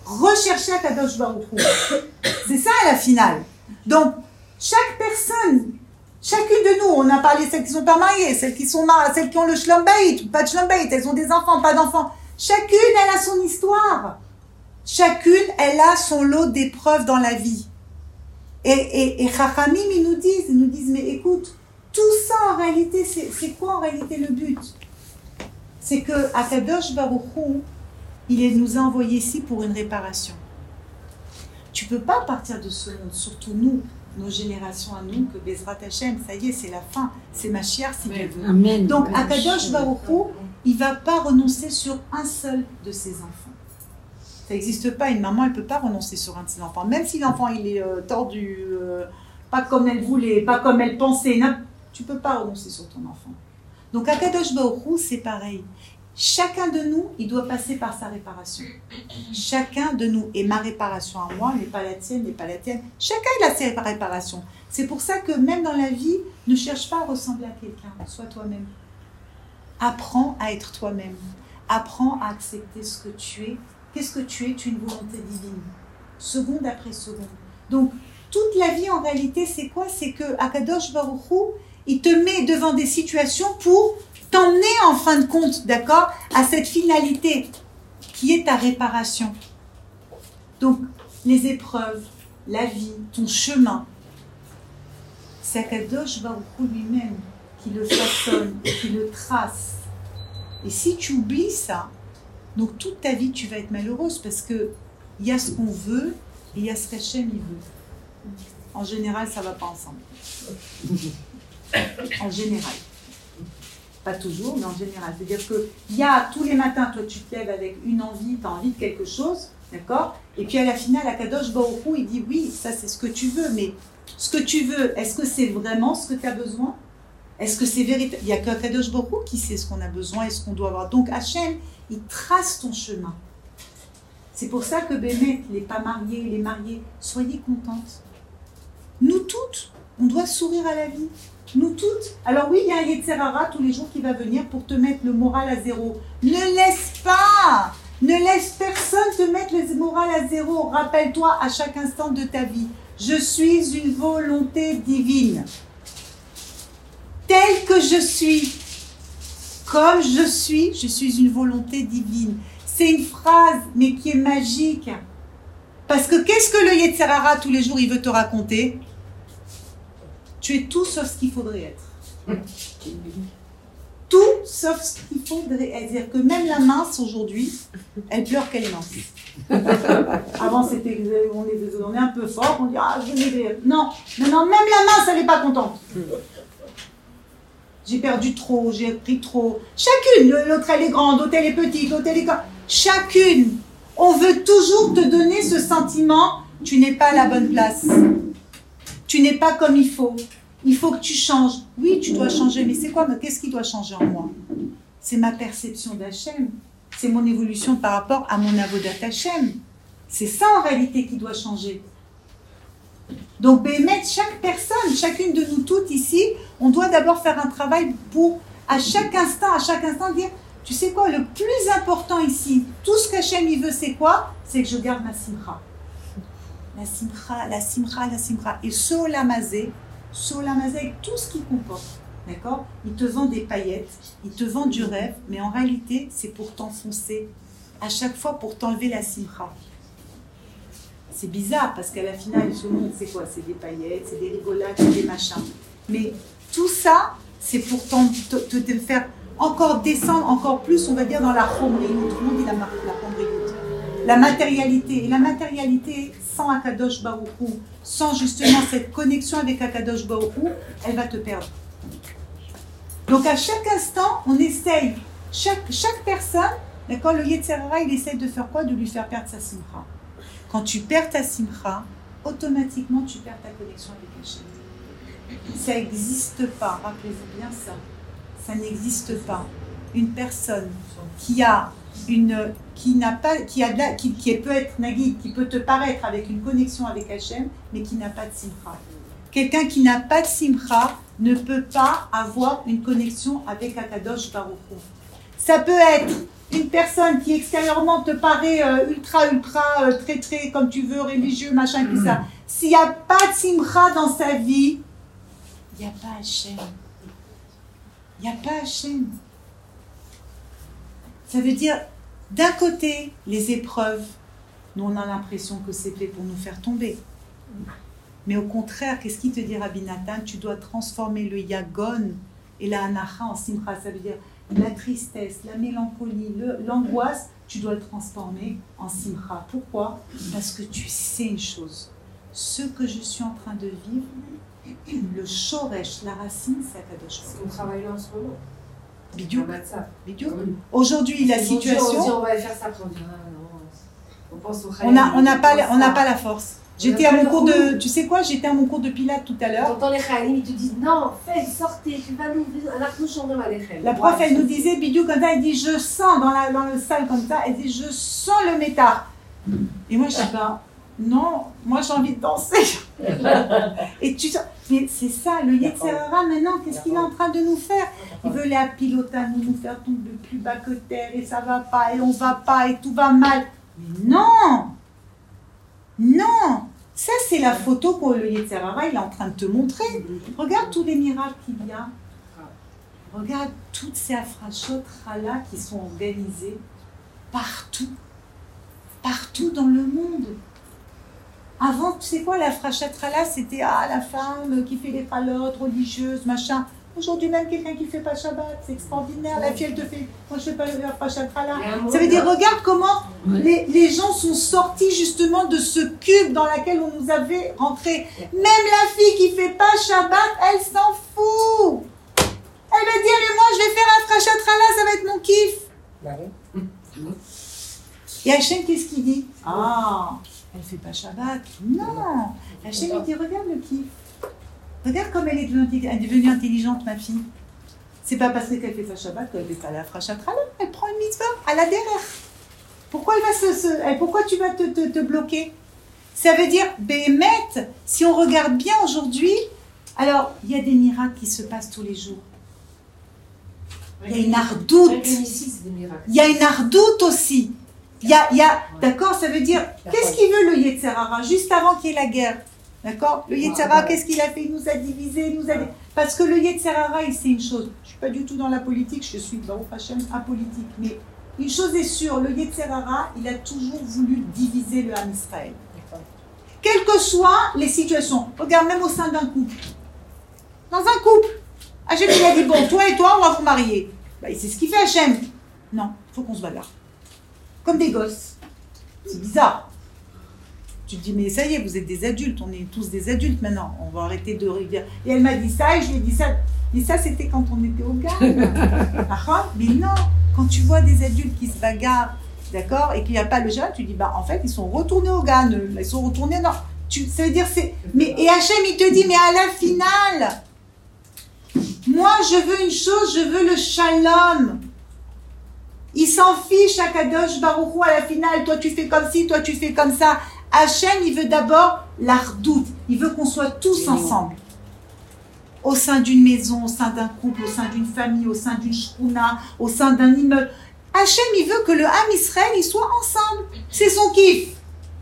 rechercher Akadosh Baruch Hu. C'est ça la finale. Donc, chaque personne, chacune de nous, on a parlé de celles qui ne sont pas mariées, celles qui ont le shlom bayit, ou pas de shlom bayit, elles ont des enfants, pas d'enfants. Chacune, elle a son histoire. Chacune, elle a son lot d'épreuves dans la vie. Et Chachamim, ils nous disent, mais écoute, tout ça en réalité, c'est quoi en réalité le but? C'est que Akadosh Baruch Hu, il nous a envoyés ici pour une réparation. Tu ne peux pas partir de ce monde, surtout nous, nos générations à nous, que Bezrat Hashem, ça y est, c'est la fin, c'est Mashiach si Dieu veut. Amen. Donc Akadosh Baruch Hu, il ne va pas renoncer sur un seul de ses enfants. Ça n'existe pas, une maman, elle ne peut pas renoncer sur un de ses enfants. Même si l'enfant, il est tordu, pas comme elle voulait, pas comme elle pensait, tu ne peux pas renoncer sur ton enfant. Donc Akadosh Baruch Hu, c'est pareil. Chacun de nous, il doit passer par sa réparation. Chacun de nous, et ma réparation à moi n'est pas la tienne, n'est pas la tienne. Chacun il a ses réparations. C'est pour ça que même dans la vie, ne cherche pas à ressembler à quelqu'un, sois toi-même. Apprends à être toi-même. Apprends à accepter ce que tu es. Qu'est-ce que tu es? Tu es une volonté divine. Seconde après seconde. Donc, toute la vie en réalité, c'est quoi? C'est que Akadosh Baruch Hu, il te met devant des situations pour t'emmener en fin de compte, d'accord, à cette finalité qui est ta réparation. Donc, les épreuves, la vie, ton chemin, c'est Akadosh Baruch Hu lui-même qui le façonne, qui le trace. Et si tu oublies ça, donc toute ta vie, tu vas être malheureuse parce qu'il y a ce qu'on veut et il y a ce qu'Hachem il veut. En général, ça ne va pas ensemble. En général. Pas toujours, mais en général. C'est-à-dire qu'il y a tous les matins, toi tu te lèves avec une envie, tu as envie de quelque chose, d'accord? Et puis à la finale, Akadosh Baruch Hu, il dit oui, ça c'est ce que tu veux, mais ce que tu veux, est-ce que c'est vraiment ce que tu as besoin? Est-ce que c'est véritable? Il n'y a qu'Akadosh Baruch Hu qui sait ce qu'on a besoin et ce qu'on doit avoir. Donc Hachem, il trace ton chemin. C'est pour ça que Bémet, les pas mariés, les mariés, soyez contentes. Nous toutes, on doit sourire à la vie. Nous toutes. Alors oui, il y a un Yetzer Hara tous les jours qui va venir pour te mettre le moral à zéro. Ne laisse personne te mettre le moral à zéro. Rappelle-toi à chaque instant de ta vie, je suis une volonté divine. Telle que je suis, comme je suis une volonté divine. C'est une phrase, mais qui est magique. Parce que qu'est-ce que le Yetzer Hara tous les jours, il veut te raconter? Tu es tout sauf ce qu'il faudrait être. Tout sauf ce qu'il faudrait être. C'est-à-dire que même la mince aujourd'hui, elle pleure qu'elle est mince. Avant, c'était, on est un peu fort, on dit ah je vais maigrir. Non, même la mince, elle n'est pas contente. J'ai perdu trop, j'ai pris trop. Chacune, l'autre elle est grande, l'autre elle est petite, l'autre elle est grande. Chacune, on veut toujours te donner ce sentiment, tu n'es pas à la bonne place. Tu n'es pas comme il faut. Il faut que tu changes. Oui, tu dois changer, mais c'est quoi? Qu'est-ce qui doit changer en moi? C'est ma perception d'Hachem. C'est mon évolution par rapport à mon avodat Hachem. C'est ça en réalité qui doit changer. Donc, Bémet, chaque personne, chacune de nous toutes ici, on doit d'abord faire un travail pour, à chaque instant dire, tu sais quoi, le plus important ici, tout ce qu'Hachem il veut, c'est quoi? C'est que je garde ma simcha. La simcha. Et ce olamazé avec tout ce qu'il comporte, d'accord? Il te vend des paillettes, il te vend du rêve, mais en réalité, c'est pour t'enfoncer, à chaque fois pour t'enlever la simcha. C'est bizarre, parce qu'à la finale, ce monde, c'est quoi? C'est des paillettes, c'est des rigolades, c'est des machins. Mais tout ça, c'est pour te faire encore descendre, encore plus, on va dire, dans la chomriyut. Tout le monde dit la chomriyut. La matérialité. Et la matérialité, sans Akadosh Baruch Hu, sans justement cette connexion avec Akadosh Baruch Hu, elle va te perdre. Donc à chaque instant, on essaye, chaque personne, d'accord, le Yetzer Hara, il essaye de faire quoi? De lui faire perdre sa simcha. Quand tu perds ta simcha, automatiquement tu perds ta connexion avec Hachem. Ça n'existe pas, rappelez-vous bien ça. Ça n'existe pas. Une personne qui peut être nagid, qui peut te paraître avec une connexion avec Hachem, mais qui n'a pas de simcha. Quelqu'un qui n'a pas de simcha ne peut pas avoir une connexion avec Akadosh Baruch Hu. Ça peut être une personne qui extérieurement te paraît très très, comme tu veux, religieux, machin, tout ça, s'il n'y a pas de simcha dans sa vie, il n'y a pas Hachem. Il n'y a pas Hachem. Ça veut dire, d'un côté, les épreuves, nous on a l'impression que c'est fait pour nous faire tomber. Mais au contraire, qu'est-ce qu'il te dit Rabbi Nathan? Tu dois transformer le yagon et la anacha en simcha. Ça veut dire la tristesse, la mélancolie, l'angoisse, tu dois le transformer en simcha. Pourquoi? Parce que tu sais une chose. Ce que je suis en train de vivre, le shoresh, la racine, c'est Akadosh Baruch Hu. C'est qu'on travaille là en ce moment. Bidiou. Bidiou. Aujourd'hui, la situation... On dit on va faire ça, après on dit non. On pense au On n'a pas la force. J'étais à mon cours de... Tu sais quoi? J'étais à mon cours de pilates tout à l'heure. T'entends les khalim, ils te disent non, fais, sortez, tu vas nous changer les khalim. La prof, elle nous disait, Bidiou, comme ça, elle dit, je sens dans le salle comme ça, elle dit, je sens le métard. Et moi, je sais pas, non, moi j'ai envie de danser. Et tu sens... Mais c'est ça, le Yetzer Hara, maintenant, qu'est-ce qu'il est en train de nous faire? Il veut les apilota, nous faire tomber plus bas que terre, et ça va pas, et on va pas, et tout va mal. Mais non! Non! Ça, c'est la photo que le Yetzer Hara, il est en train de te montrer. Regarde tous les miracles qu'il y a. Regarde toutes ces afrachot rala qui sont organisées partout. Partout dans le monde. Avant, tu sais quoi, la frachat-rala, c'était la femme qui fait les chalotes religieuses, machin. Aujourd'hui, même quelqu'un qui ne fait pas Shabbat, c'est extraordinaire. La fille, elle te fait, moi je ne fais pas la frachat-rala. Ça veut dire, regarde comment les gens sont sortis justement de ce cube dans lequel on nous avait rentrés. Même la fille qui ne fait pas Shabbat, elle s'en fout. Elle va dire, mais moi je vais faire un frachat-rala, ça va être mon kiff. Et Hachem, qu'est-ce qu'il dit? Elle ne fait pas Shabbat. Non. Hachem, il dit, regarde le kiff. Regarde comme elle est devenue intelligente, ma fille. C'est pas parce qu'elle fait pas Shabbat qu'elle fait pas la frachat-rala. Elle prend une mitzvah à la derrière. Pourquoi pourquoi tu vas te bloquer? Ça veut dire, Béhémet, si on regarde bien aujourd'hui, alors, il y a des miracles qui se passent tous les jours. Il y a une ardoute. Il y a une ardoute aussi. D'accord, ça veut dire, qu'est-ce qu'il veut le Yetzer Hara juste avant qu'il y ait la guerre? D'accord? Le Yetzer Hara, qu'est-ce qu'il a fait? Il nous a divisés, Parce que le Yetzer Hara, il sait une chose. Je ne suis pas du tout dans la politique, je suis, Baruch Hashem, apolitique. Mais une chose est sûre, le Yetzer Hara, il a toujours voulu diviser le Ham Israël. Quelles que soient les situations. Regarde, même au sein d'un couple. Dans un couple. Hachem, il a dit, bon, toi et toi, on va vous marier. C'est ce qu'il fait, Hachem. Non, il faut qu'on se bagarre. Comme des gosses. C'est bizarre. Tu te dis, mais ça y est, vous êtes des adultes, on est tous des adultes maintenant, on va arrêter de rivière. Et elle m'a dit ça, et je lui ai dit ça. Mais ça, c'était quand on était au gars. Mais non, quand tu vois des adultes qui se bagarrent, d'accord, et qu'il n'y a pas le jeune, tu dis, en fait, ils sont retournés au gars, ils sont retournés, non. Ça veut dire, et Hachem, il te dit, mais à la finale, moi, je veux une chose, je veux le shalom. Il s'en fiche, Akadosh Baruch Hu, à la finale, toi tu fais comme ci, toi tu fais comme ça. Hachem, il veut d'abord l'ardoute. Il veut qu'on soit tous ensemble. Au sein d'une maison, au sein d'un couple, au sein d'une famille, au sein d'une shkuna, au sein d'un immeuble. Hachem, il veut que le Ham Israël, il soit ensemble. C'est son kiff.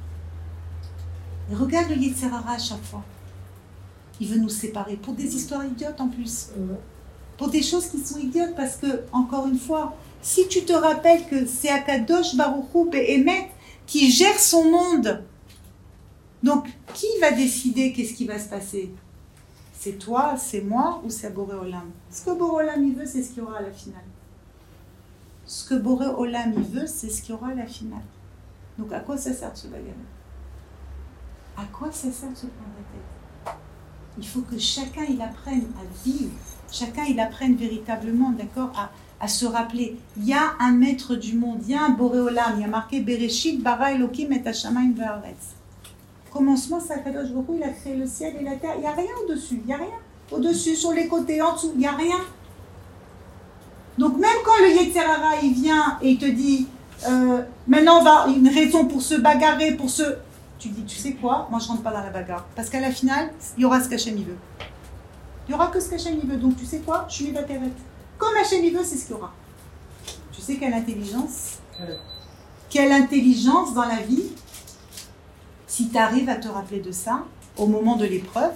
Et regarde le Yetzer Hara à chaque fois. Il veut nous séparer pour des histoires idiotes en plus. Pour des choses qui sont idiotes parce que, encore une fois, si tu te rappelles que c'est Akadosh Baruch Hu Béhémet qui gère son monde, donc qui va décider qu'est-ce qui va se passer? C'est toi, c'est moi ou c'est Boré Olam? Ce que Boré Olam il veut, c'est ce qu'il y aura à la finale. Ce que Boré Olam il veut, c'est ce qu'il y aura à la finale. Donc à quoi ça sert de se bagarrer? À quoi ça sert de se prendre la tête? Il faut que chacun il apprenne à vivre, chacun il apprenne véritablement, d'accord, à se rappeler, il y a un maître du monde, il y a un Boré Olam, il y a marqué Bereshit bara Elokim et Hashamayim ve'aretz. Commencement, c'est Akadosh Baruch Hu, il a créé le ciel et la terre, il n'y a rien au-dessus, il n'y a rien. Au-dessus, sur les côtés, en dessous, il n'y a rien. Donc même quand le Yetzer Hara, il vient et il te dit, maintenant on va, une raison pour se bagarrer, tu dis, tu sais quoi, moi je ne rentre pas dans la bagarre. Parce qu'à la finale, il y aura ce qu'Hachem il veut. Il n'y aura que ce qu'Hachem il veut. Donc tu sais quoi, je suis médatérette. Comme Hachem il veut, c'est ce qu'il y aura. Tu sais quelle intelligence? Quelle intelligence dans la vie, si tu arrives à te rappeler de ça, au moment de l'épreuve,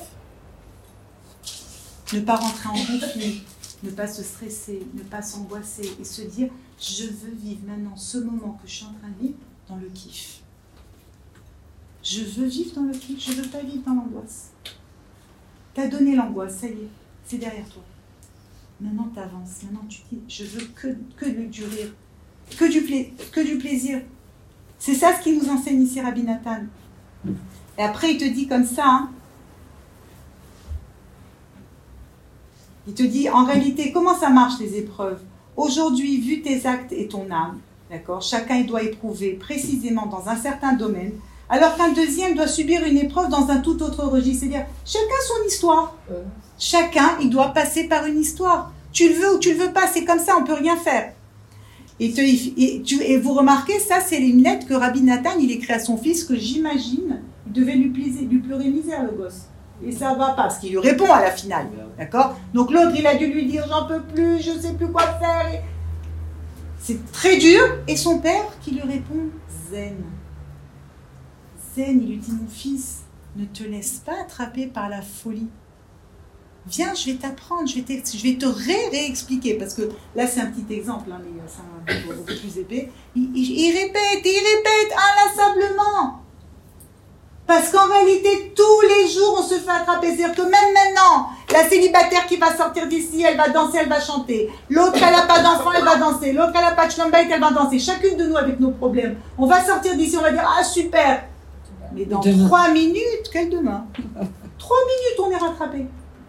ne pas rentrer en conflit, ne pas se stresser, ne pas s'angoisser et se dire « je veux vivre maintenant ce moment que je suis en train de vivre dans le kiff ». Je veux vivre dans le kiff, je ne veux pas vivre dans l'angoisse. Tu as donné l'angoisse, ça y est, c'est derrière toi. Maintenant tu avances, maintenant tu dis « je veux que du rire, que du plaisir ». C'est ça ce qu'il nous enseigne ici Rabbi Nathan. Et après il te dit comme ça, hein, il te dit, en réalité, comment ça marche les épreuves? Aujourd'hui, vu tes actes et ton âme, d'accord, chacun il doit éprouver précisément dans un certain domaine, alors qu'un deuxième doit subir une épreuve dans un tout autre registre. C'est-à-dire, chacun son histoire. Chacun, il doit passer par une histoire. Tu le veux ou tu le veux pas, c'est comme ça, on peut rien faire. Et vous remarquez, ça, c'est une lettre que Rabbi Nathan, il écrit à son fils, que j'imagine, il devait lui pleurer misère, le gosse. Et ça va pas, parce qu'il lui répond à la finale, d'accord? Donc l'autre, il a dû lui dire, j'en peux plus, je sais plus quoi faire. C'est très dur. Et son père qui lui répond, zen. Zen, il lui dit, mon fils, ne te laisse pas attraper par la folie. Viens, je vais t'apprendre, je vais te réexpliquer, parce que là, c'est un petit exemple, hein, mais c'est un peu beaucoup plus épais. Il répète inlassablement. Parce qu'en réalité, tous les jours, on se fait attraper. C'est-à-dire que même maintenant, la célibataire qui va sortir d'ici, elle va danser, elle va chanter. L'autre, elle n'a pas d'enfant, elle va danser. L'autre, elle n'a pas de schlumbait, elle va danser. Chacune de nous avec nos problèmes. On va sortir d'ici, on va dire, ah super. Mais dans 3 minutes, quel demain? 3 minutes, on est rattrapé.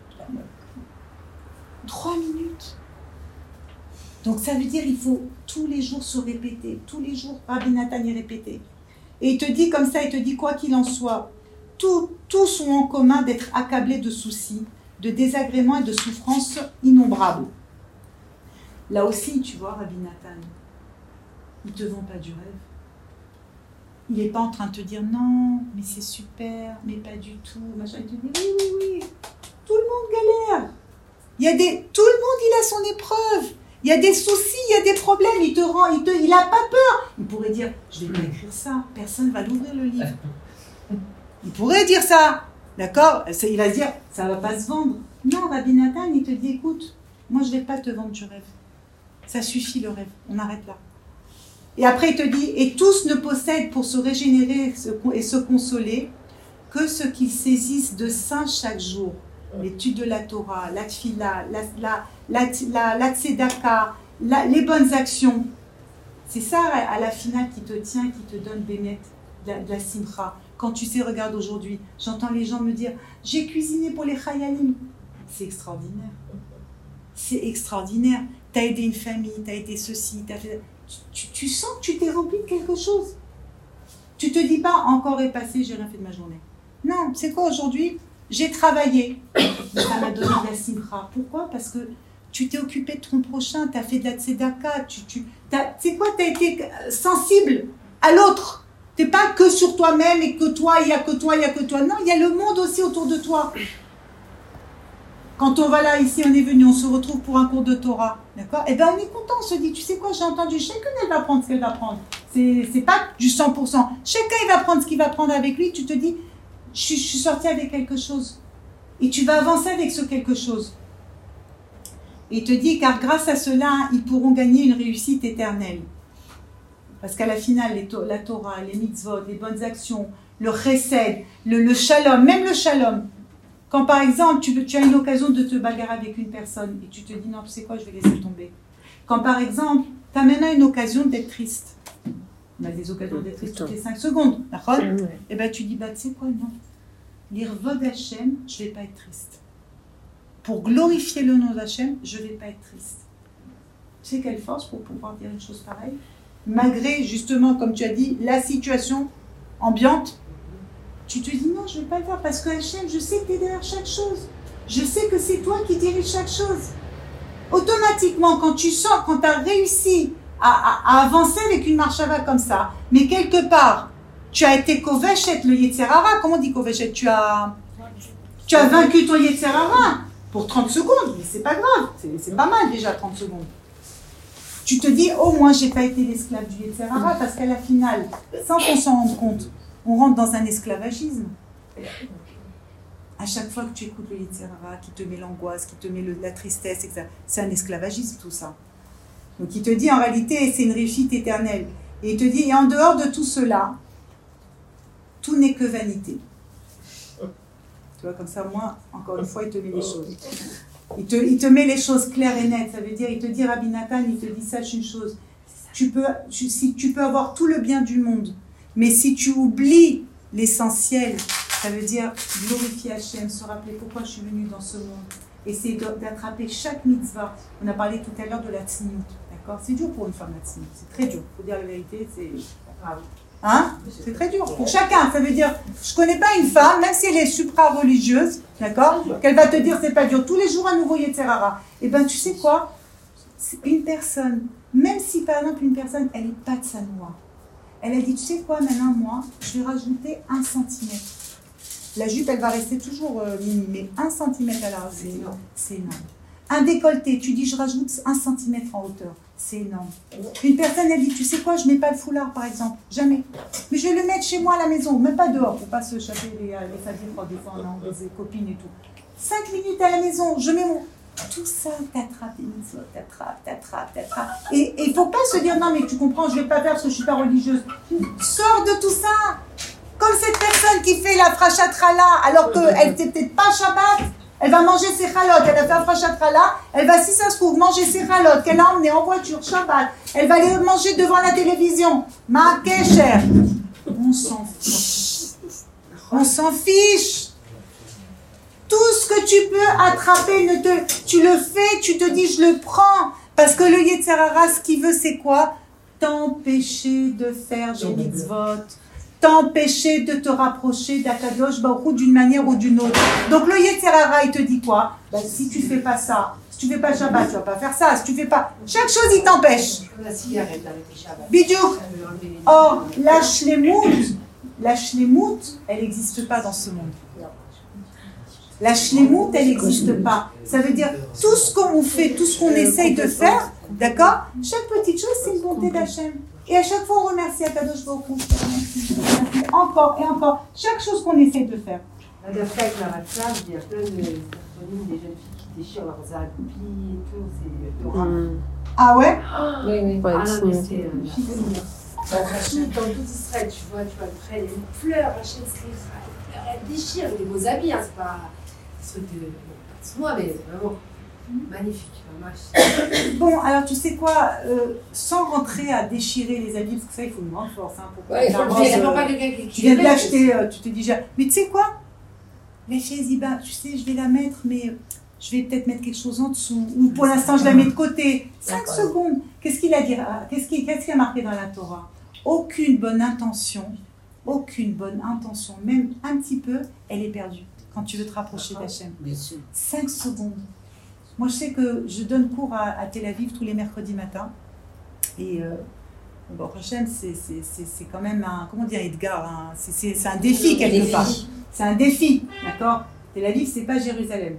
3 minutes. Donc ça veut dire, il faut tous les jours se répéter. Tous les jours, Rabbi Nathan y répéter. Et il te dit comme ça, il te dit quoi qu'il en soit, tous ont en commun d'être accablés de soucis, de désagréments et de souffrances innombrables. Là aussi, tu vois, Rabbi Nathan, il ne te vend pas du rêve. Il n'est pas en train de te dire non, mais c'est super, mais pas du tout. Machin. Il te dit oui, tout le monde galère. Tout le monde, il a son épreuve. Il y a des soucis, il y a des problèmes, il n'a pas peur. Il pourrait dire, je ne vais pas écrire ça, personne ne va l'ouvrir le livre. Il pourrait dire ça, d'accord? Il va se dire, ça ne va pas se vendre. Non, Rabbi Nathan, il te dit, écoute, moi je ne vais pas te vendre du rêve. Ça suffit le rêve, on arrête là. Et après il te dit, et tous ne possèdent pour se régénérer et se consoler que ce qu'ils saisissent de saint chaque jour. L'étude de la Torah, la tfila, la tzedaka, les bonnes actions. C'est ça, à la finale, qui te tient, qui te donne bémet, de la simcha. Quand tu sais, regarde aujourd'hui, j'entends les gens me dire, j'ai cuisiné pour les chayalim. C'est extraordinaire. C'est extraordinaire. Tu as aidé une famille, tu as aidé ceci, tu as fait... Tu sens que tu t'es rempli de quelque chose. Tu te dis pas, encore est passé, j'ai rien fait de ma journée. Non, c'est quoi aujourd'hui? J'ai travaillé, ça m'a donné de la simcha. Pourquoi? Parce que tu t'es occupé de ton prochain, tu as fait de la tzedaka, tu sais quoi, tu as été sensible à l'autre. Tu n'es pas que sur toi-même et que toi, il n'y a que toi, il n'y a que toi. Non, il y a le monde aussi autour de toi. Quand on va là, ici, on est venu, on se retrouve pour un cours de Torah, d'accord? Eh bien, on est content, on se dit, tu sais quoi, j'ai entendu, chacune, elle va prendre ce qu'elle va prendre. C'est pas du 100%. Chacun, il va prendre ce qu'il va prendre avec lui, tu te dis, je suis sortie avec quelque chose. Et tu vas avancer avec ce quelque chose. Et il te dit, car grâce à cela, ils pourront gagner une réussite éternelle. Parce qu'à la finale, la Torah, les mitzvot, les bonnes actions, le chesed, le shalom, même le shalom. Quand par exemple, tu as une occasion de te bagarrer avec une personne et tu te dis, non, tu sais quoi, je vais laisser tomber. Quand par exemple, tu as maintenant une occasion d'être triste. On a des occasions d'être triste toutes les 5 secondes. D'accord? Et bien tu dis, bah, tu sais quoi, non. L'irvod Hashem, je ne vais pas être triste. Pour glorifier le nom d'Hachem, je ne vais pas être triste. Tu sais quelle force pour pouvoir dire une chose pareille? Malgré, justement, comme tu as dit, la situation ambiante, tu te dis non, je ne vais pas le faire parce que Hachem, je sais que tu es derrière chaque chose. Je sais que c'est toi qui dirige chaque chose. Automatiquement, quand tu sens, quand tu as réussi à avancer avec une marshava comme ça, mais quelque part, tu as été koveshet le Yetzer Hara. Comment on dit koveshet? Tu as vaincu ton Yetzer Hara pour 30 secondes, mais c'est pas grave, c'est pas mal déjà 30 secondes. Tu te dis, oh, moi, j'ai pas été l'esclave du Yetzer Hara, parce qu'à la finale, sans qu'on s'en rende compte, on rentre dans un esclavagisme. À chaque fois que tu écoutes le Yetzer Hara, qui te met l'angoisse, qui te met la tristesse, etc., c'est un esclavagisme, tout ça. Donc, il te dit, en réalité, c'est une réussite éternelle. Et il te dit, et en dehors de tout cela, tout n'est que vanité. Tu vois, comme ça, moi, encore une fois, il te met les choses. Il te met les choses claires et nettes. Ça veut dire, il te dit, Rabbi Nathan, il te dit, sache une chose. Tu peux avoir tout le bien du monde, mais si tu oublies l'essentiel, ça veut dire glorifier Hachem, se rappeler pourquoi je suis venue dans ce monde. Essayer d'attraper chaque mitzvah. On a parlé tout à l'heure de la tzniut. D'accord? C'est dur pour une femme, la tzniut. C'est très dur. Il faut dire la vérité, c'est grave. Hein? C'est très dur pour chacun. Ça veut dire, je connais pas une femme, même si elle est supra-religieuse, d'accord, qu'elle va te dire c'est pas dur. Tous les jours un nouveau Yetzer Hara. Eh ben, tu sais quoi? Une personne, même si par exemple une personne, elle n'est pas de sa noix, elle a dit, tu sais quoi, maintenant moi, je vais rajouter 1 centimètre. La jupe, elle va rester toujours mini, mais 1 centimètre à la hauteur, c'est énorme. Un décolleté, tu dis, je rajoute 1 centimètre en hauteur. C'est énorme. Une personne, elle dit, tu sais quoi, je ne mets pas le foulard, par exemple. Jamais. Mais je vais le mettre chez moi à la maison, même pas dehors, pour ne pas se chaper les sables, des fois, on a des copines et tout. 5 minutes à la maison, je mets mon... Tout ça, t'attrapes, t'attrapes. Et il ne faut pas se dire, non, mais tu comprends, je ne vais pas faire parce que je ne suis pas religieuse. Sors de tout ça. Comme cette personne qui fait la frachatrala, alors qu'elle n'était peut-être pas Shabbat. Elle va manger ses chalotes, elle a fait un frachatrala, elle va, si ça se trouve, manger ses chalotes qu'elle a emmenées en voiture, Shabbat. Elle va les manger devant la télévision. Ma kécher. On s'en fiche. On s'en fiche. Tout ce que tu peux attraper, tu le fais, tu te dis, je le prends. Parce que le Yetzer Hara, ce qu'il veut, c'est quoi? T'empêcher de faire des mitzvot. T'empêcher de te rapprocher d'Akadosh Baruch Hu d'une manière ou d'une autre. Donc le Yetzer Hara, il te dit quoi? Ben, si tu fais pas ça, si tu fais pas Shabbat, tu vas pas faire ça. Si tu fais pas... Chaque chose, il t'empêche. Bidouk. Or, la shlemut, elle n'existe pas dans ce monde. La shlemut, elle n'existe pas. Ça veut dire, tout ce qu'on fait, tout ce qu'on essaye de faire, d'accord? Chaque petite chose, c'est une bonté d'Hachem. Et à chaque fois, on remercie Akadosh Baruch Hu. Encore et encore. Chaque chose qu'on essaie de faire. D'après avec la WhatsApp, il y a plein de des jeunes filles qui déchirent leurs habits et tout. C'est horrible. Ah ouais? Oui. Ouais, Ah non, mais c'est- c'est dans tout Israël, tu vois le frère, il y a une fleur, Hachem Slicha, elle déchire des beaux habits, hein, c'est pas ce truc de. C'est moi, mais c'est vraiment magnifique. Bon, alors tu sais quoi, sans rentrer à déchirer les habits, parce que ça, il faut une grande force. Hein, pour Ouais, il faut vraiment, pas quelqu'un qui. tu viens de l'acheter, tu te dis déjà. Mais tu sais quoi? La chaise, tu sais, je vais la mettre, mais je vais peut-être mettre quelque chose en dessous. Ou pour l'instant, je la mets de côté. 5 secondes. Qu'est-ce qu'il a dit? Qu'est-ce qu'il y a marqué dans la Torah? Aucune bonne intention, même un petit peu, elle est perdue quand tu veux te rapprocher d'Hachem. 5 secondes. Moi, je sais que je donne cours à Tel Aviv tous les mercredis matins. Et bon, Hachem, c'est quand même un, comment dire, Edgar, hein, c'est un défi quelque part. C'est un défi, d'accord? Tel Aviv, c'est pas Jérusalem.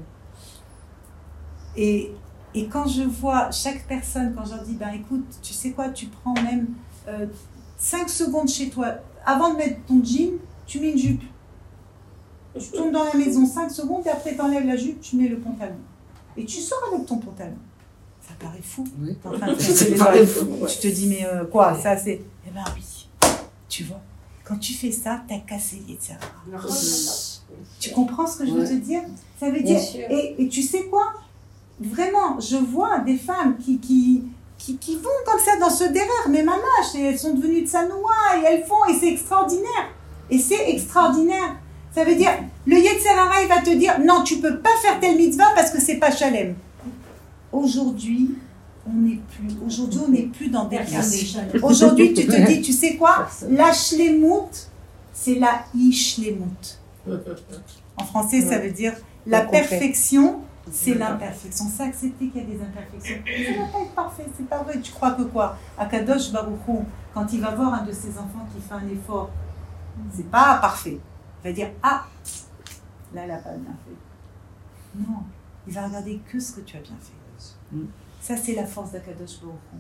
Et quand je vois chaque personne, quand je leur dis, ben écoute, tu sais quoi, tu prends même 5 secondes chez toi, avant de mettre ton jean, tu mets une jupe. Tu tournes dans la maison 5 secondes et après tu enlèves la jupe, tu mets le pantalon. Et tu sors avec ton pantalon. Ça paraît fou. Oui. T'es en train de faire tu te dis, mais quoi, ça c'est... Eh ben oui, tu vois, quand tu fais ça, t'as cassé Yetzer Hara. Tu comprends ce que je veux te dire? Ça veut dire... Et tu sais quoi? Vraiment, je vois des femmes qui vont comme ça dans ce derrière, mais maman, elles sont devenues de sa noix et elles font, et c'est extraordinaire. Et c'est extraordinaire. Ça veut dire, le Yetzer Hara, il va te dire, non, tu peux pas faire tel mitzvah parce que c'est pas Shalem. Aujourd'hui, on n'est plus dans des cas. Aujourd'hui, tu te dis, tu sais quoi? La shlemut, c'est la ishlemut. En français, ça veut dire la perfection, c'est l'imperfection. C'est accepter qu'il y a des imperfections. Ça ne va pas être parfait, c'est pas vrai. Tu crois que quoi? Akadosh Baruch Hu, quand il va voir un de ses enfants qui fait un effort, c'est pas parfait. Il va dire, ah, là, elle n'a pas bien fait. Non, il va regarder que ce que tu as bien fait. Ça, c'est la force d'Akadosh Baruch Hu.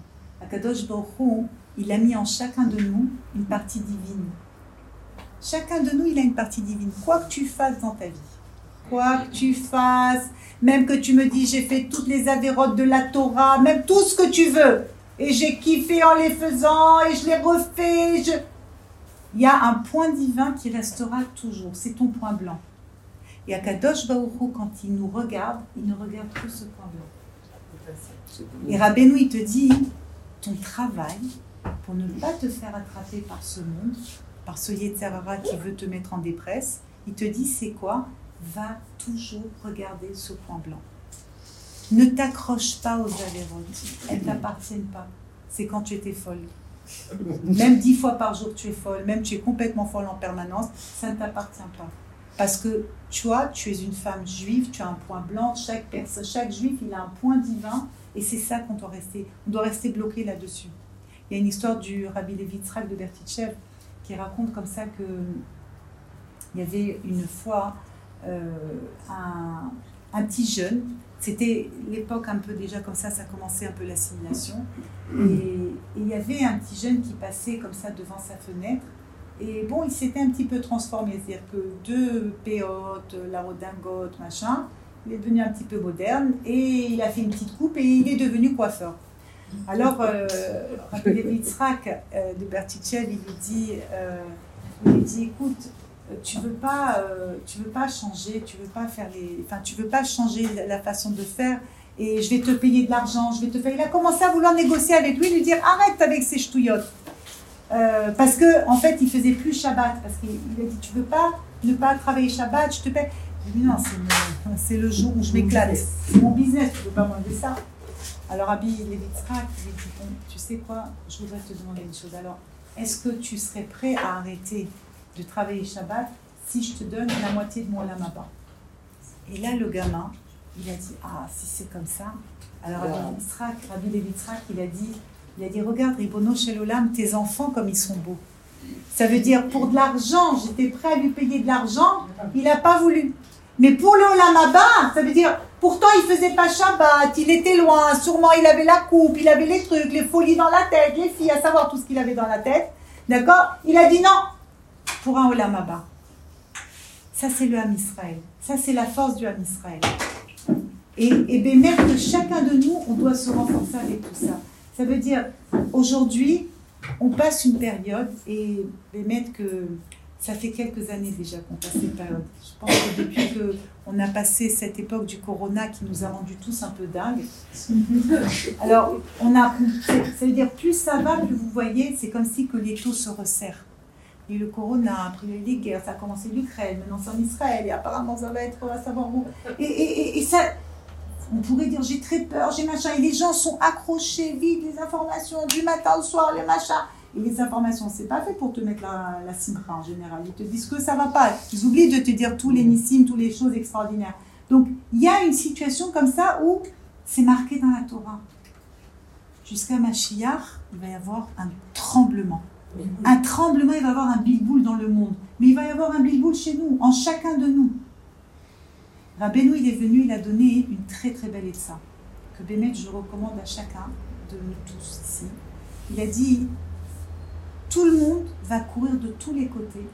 Akadosh Baruch Hu, il a mis en chacun de nous une partie divine. Chacun de nous, il a une partie divine. Quoi que tu fasses dans ta vie, quoi que tu fasses, même que tu me dis, j'ai fait toutes les avérotes de la Torah, même tout ce que tu veux, et j'ai kiffé en les faisant, et je les refais, il y a un point divin qui restera toujours, c'est ton point blanc. Et Akadosh Baruch Hu, quand il nous regarde, il ne regarde que ce point blanc. Et Rabbeinu, il te dit, ton travail, pour ne pas te faire attraper par ce monde, par ce Yetzer Hara qui veut te mettre en dépresse, il te dit, c'est quoi? Va toujours regarder ce point blanc. Ne t'accroche pas aux avérotes, elles ne t'appartiennent pas. C'est quand tu étais folle. Même 10 fois par jour tu es folle, même tu es complètement folle en permanence, ça ne t'appartient pas. Parce que tu es une femme juive, tu as un point blanc, chaque juif il a un point divin, et c'est ça qu'on doit rester, on doit rester bloqué là-dessus. Il y a une histoire du Rabbi Levi Yitzhak de Bertitchev qui raconte comme ça que il y avait une fois un petit jeune, c'était l'époque un peu déjà comme ça commençait un peu l'assimilation, et il y avait un petit jeune qui passait comme ça devant sa fenêtre, et bon, il s'était un petit peu transformé, c'est-à-dire que 2 péotes, la redingote, machin, il est devenu un petit peu moderne, et il a fait une petite coupe, et il est devenu coiffeur. Alors, Rabbi Levi Yitzhak de Bertitchev, il lui dit, écoute, tu veux pas changer, tu veux pas changer la façon de faire, et je vais te payer de l'argent, je vais te faire. Il a commencé à vouloir négocier avec lui, lui dire arrête avec ces ch'touillottes, parce que en fait il faisait plus Shabbat, parce qu'il a dit tu veux pas ne pas travailler Shabbat, je te paie. Il dit non, c'est le jour où je m'éclate, c'est mon business, tu peux pas m'enlever ça. Alors Rabbi Levi Yitzhak lui dit bon, tu sais quoi, je voudrais te demander une chose. Alors, est-ce que tu serais prêt à arrêter de travailler Shabbat si je te donne la moitié de mon olam haba? Et là, le gamin, il a dit, ah, si c'est comme ça. Alors Rabbi Levi Yitzhak, il a dit, regarde, Ribono Shel Olam, tes enfants comme ils sont beaux. Ça veut dire, pour de l'argent, j'étais prêt à lui payer de l'argent, il n'a pas voulu. Mais pour le olam haba, ça veut dire, pourtant il faisait pas Shabbat, il était loin, sûrement il avait la coupe, il avait les trucs, les folies dans la tête, les filles, à savoir tout ce qu'il avait dans la tête. D'accord? Il a dit non, pour un olam haba. Ça c'est le Ham Israël. Ça c'est la force du Ham Israël. Et bémer que chacun de nous, on doit se renforcer avec tout ça. Ça veut dire, aujourd'hui, on passe une période, et bémer que ça fait quelques années déjà qu'on passe cette période. Je pense que depuis qu'on a passé cette époque du corona qui nous a rendus tous un peu dingues. Alors, ça veut dire, plus ça va, plus vous voyez, c'est comme si que les taux se resserrent. Il y a eu le corona, après il y a eu les guerres, ça a commencé l'Ukraine, maintenant c'est en Israël, et apparemment ça va être à savoir où. Et ça, on pourrait dire, j'ai très peur, j'ai machin, et les gens sont accrochés, vite, les informations, du matin au soir, les machins. Et les informations, c'est pas fait pour te mettre la simcha en général. Ils te disent que ça va pas. Ils oublient de te dire tous les nissim, toutes les choses extraordinaires. Donc, il y a une situation comme ça où c'est marqué dans la Torah. Jusqu'à Mashiach, il va y avoir un tremblement. Un tremblement, il va y avoir un bilboul dans le monde. Mais il va y avoir un bilboul chez nous, en chacun de nous. Rabbeinu, il est venu, il a donné une très très belle etza, que Bémet, je recommande à chacun de nous tous ici. Il a dit, tout le monde va courir de tous les côtés